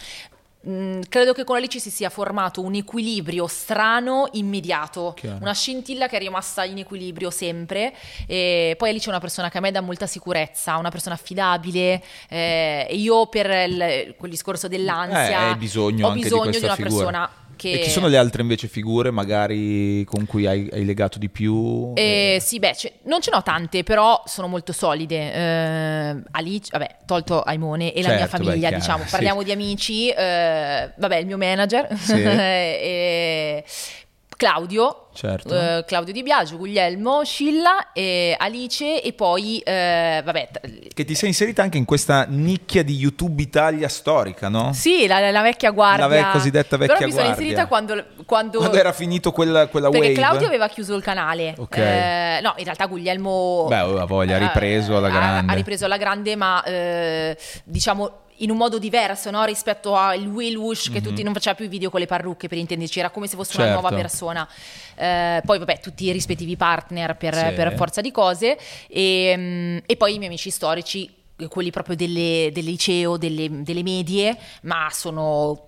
Mm, credo che con Alice si sia formato un equilibrio strano immediato, Chiaro. una scintilla che è rimasta in equilibrio sempre. E poi Alice è una persona che a me dà molta sicurezza, una persona affidabile, eh, e io per il, quel discorso dell'ansia Eh, hai bisogno ho anche di bisogno questa di una figura. persona che... E chi sono le altre invece figure magari con cui hai, hai legato di più? Eh, Eh, sì, beh, ce- non ce n'ho tante, però sono molto solide. Eh, Alice, vabbè, tolto Aimone e la mia Certo, beh, famiglia, chiaro, diciamo. sì. Parliamo di amici, eh, vabbè, il mio manager, Sì. e Claudio, Certo. eh, Claudio Di Biagio, Guglielmo, Scilla, e Alice e poi, eh, vabbè, t- Che ti sei inserita anche in questa nicchia di YouTube Italia storica, no? sì, la, la vecchia guardia. La ve- cosiddetta vecchia Però mi sono guardia. inserita quando... quando... Quando era finito quella, quella Perché wave? Claudio aveva chiuso il canale. Ok. Eh, no, in realtà Guglielmo... Beh, aveva voglia, ha ripreso alla eh, grande. Ha, ha ripreso alla grande, ma eh, diciamo in un modo diverso, no? Rispetto al Will Wush, che tutti non faceva più i video con le parrucche, per intenderci, era come se fosse una Certo. nuova persona. Eh, poi vabbè, tutti i rispettivi partner per, Sì. per forza di cose. E, mm, e poi i miei amici storici, quelli proprio delle, del liceo, delle, delle medie, ma sono...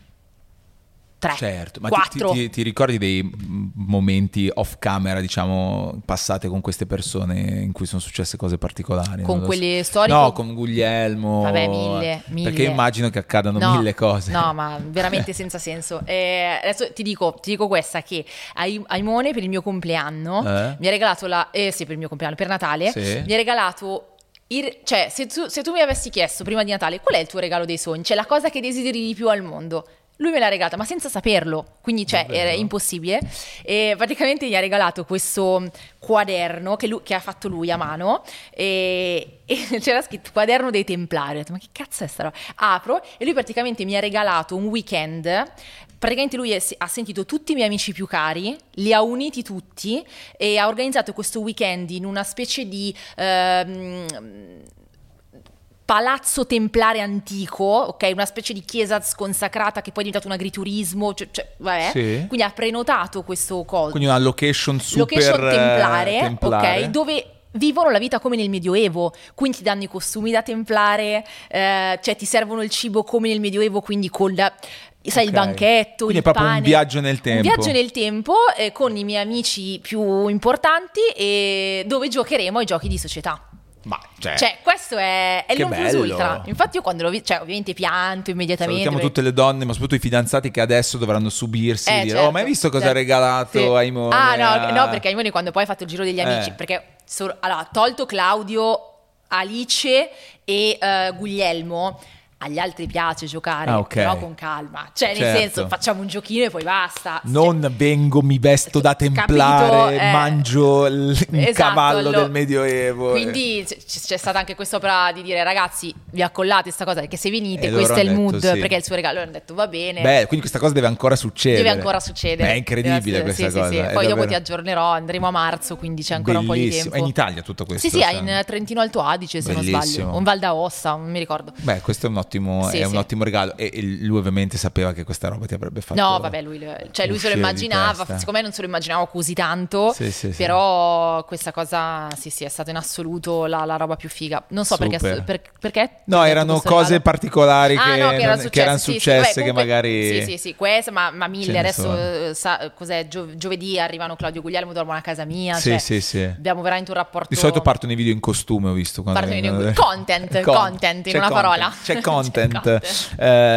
tre, Certo, ma ti, quattro. ti- ti ricordi dei mm, momenti off camera, diciamo, passate con queste persone in cui sono successe cose particolari? Con Non lo so. quelle storiche? No, con Guglielmo. Vabbè, mille, mille. Perché immagino che accadano No, mille cose. No, ma veramente senza senso. Eh, adesso ti dico, ti dico questa, che Ai- Aimone per il mio compleanno Eh? mi ha regalato la... Eh sì, per il mio compleanno, per Natale, Sì. mi ha regalato... il- cioè, se tu, se tu mi avessi chiesto prima di Natale qual è il tuo regalo dei sogni, cioè la cosa che desideri di più al mondo, Lui me l'ha regalata, ma senza saperlo, quindi cioè Davvero? era impossibile. E praticamente mi ha regalato questo quaderno che, lui, che ha fatto lui a mano e, e c'era scritto quaderno dei Templari. Ho detto, ma che cazzo è sta roba? Apro e lui praticamente mi ha regalato un weekend. Praticamente lui è, ha sentito tutti i miei amici più cari, li ha uniti tutti e ha organizzato questo weekend in una specie di ehm, palazzo templare antico, ok, una specie di chiesa sconsacrata che poi è diventato un agriturismo, cioè, cioè, vabbè. Sì. Quindi ha prenotato questo coso. Quindi una location super location templare, eh, templare. ok, dove vivono la vita come nel Medioevo, quindi ti danno i costumi da templare, eh, cioè ti servono il cibo come nel Medioevo, quindi con la, sai, Ok. il banchetto, Quindi il è proprio pane. un viaggio nel tempo. Un viaggio nel tempo eh, con i miei amici più importanti e dove giocheremo ai giochi di società. Ma cioè, Cioè, questo è, è Che il non plus bello. ultra. Infatti io quando l'ho visto, cioè ovviamente pianto immediatamente. salutiamo perché- tutte le donne, ma soprattutto i fidanzati che adesso dovranno subirsi Eh, dire, certo, oh, ma hai visto cosa certo. ha regalato Sì. Aimone? Ah no, a-" no, perché Aimone quando poi ha fatto il giro degli amici, Eh. perché so- allora, ha tolto Claudio, Alice e eh, Guglielmo. Agli altri piace giocare, Ah, ok. però con calma. Cioè, nel Certo. senso, facciamo un giochino e poi basta. Non Cioè, vengo, mi vesto da Capito, templare, eh. mangio il il Esatto, cavallo allo- del Medioevo. Quindi c- c'è stata anche quest'opera di dire ragazzi vi accollate sta cosa perché se venite E loro questo è il hanno mood detto sì. perché è il suo regalo. Loro hanno detto va bene. Beh, quindi questa cosa deve ancora succedere. Deve ancora succedere. Beh, è incredibile Deve essere- questa sì, cosa. sì, sì. è Poi dopo davvero ti aggiornerò, andremo a marzo, quindi c'è ancora un po' di bellissimo. tempo. È in Italia tutto questo? Sì, sì, è cioè. in Trentino Alto Adige se non Bellissimo. sbaglio, o in Val d'Aosta, non mi ricordo. Beh, questo è un ottimo, Sì, è sì. un ottimo regalo. E e lui ovviamente sapeva che questa roba ti avrebbe fatto. No, vabbè, lui, cioè lui se uscire lo di immaginava, testa. siccome non se lo immaginavo così tanto, Sì, sì, sì. però questa cosa, sì, sì, è stata in assoluto la, la roba più figa. Non so perché, Super. per- perché. No, ti ho erano detto questo cose regalo? particolari Ah, che, no, che, erano non- che erano sì, sì, successe, vabbè, che comunque- magari. Sì, sì, sì, questa, ma, ma Ce mille. ne Adesso, sono. eh, sa, cos'è, gio- giovedì arrivano Claudio e Guglielmo, dormono a casa mia. Sì, cioè, sì, sì. Abbiamo veramente un rapporto. Di solito partono i video in costume, ho visto. quando Partono i vengono- video in- content, Con- content, in c'è una content, parola. C'è C'è content. content.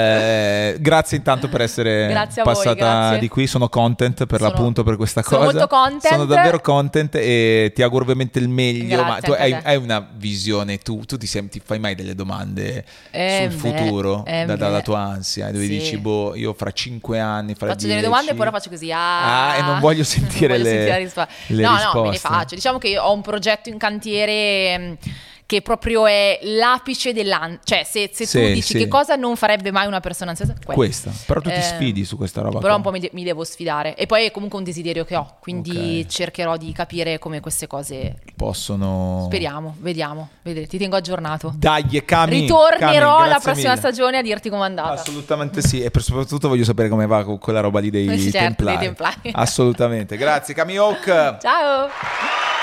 Eh, grazie intanto per essere Grazie a voi, passata grazie. di qui. Sono content per Sono- l'appunto per questa sono cosa. molto content. Sono davvero content e ti auguro ovviamente il meglio. Grazie ma tu anche a hai, te. hai una visione, tu, tu ti, sem- ti fai mai delle domande Eh, sul beh, futuro eh, da- dalla beh. tua ansia, dove Sì. dici, boh, io fra cinque anni, fra Faccio dieci... delle domande e poi ora faccio così. Ah, Ah, e non voglio sentire non voglio le- sentire la risposta. le no, risposte. no, me ne faccio. Diciamo che io ho un progetto in cantiere mh, che proprio è l'apice dell'anno. Cioè, se, se tu Sì, dici sì. che cosa non farebbe mai una persona ansiosa, quello. Questa, però tu ti Eh, sfidi su questa roba Però qua. un po' mi, de- mi devo sfidare. E poi è comunque un desiderio che ho. Quindi Ok. cercherò di capire come queste cose. Possono... Speriamo, vediamo. Vedete, ti tengo aggiornato. Dai, Cami. Ritornerò Cami, alla grazie prossima mille. stagione a dirti com'è andata. Assolutamente sì, e per- soprattutto voglio sapere come va con quella roba lì dei Sì, certo, templari. dei templari. Assolutamente. Grazie, Cami Hawk. Ciao!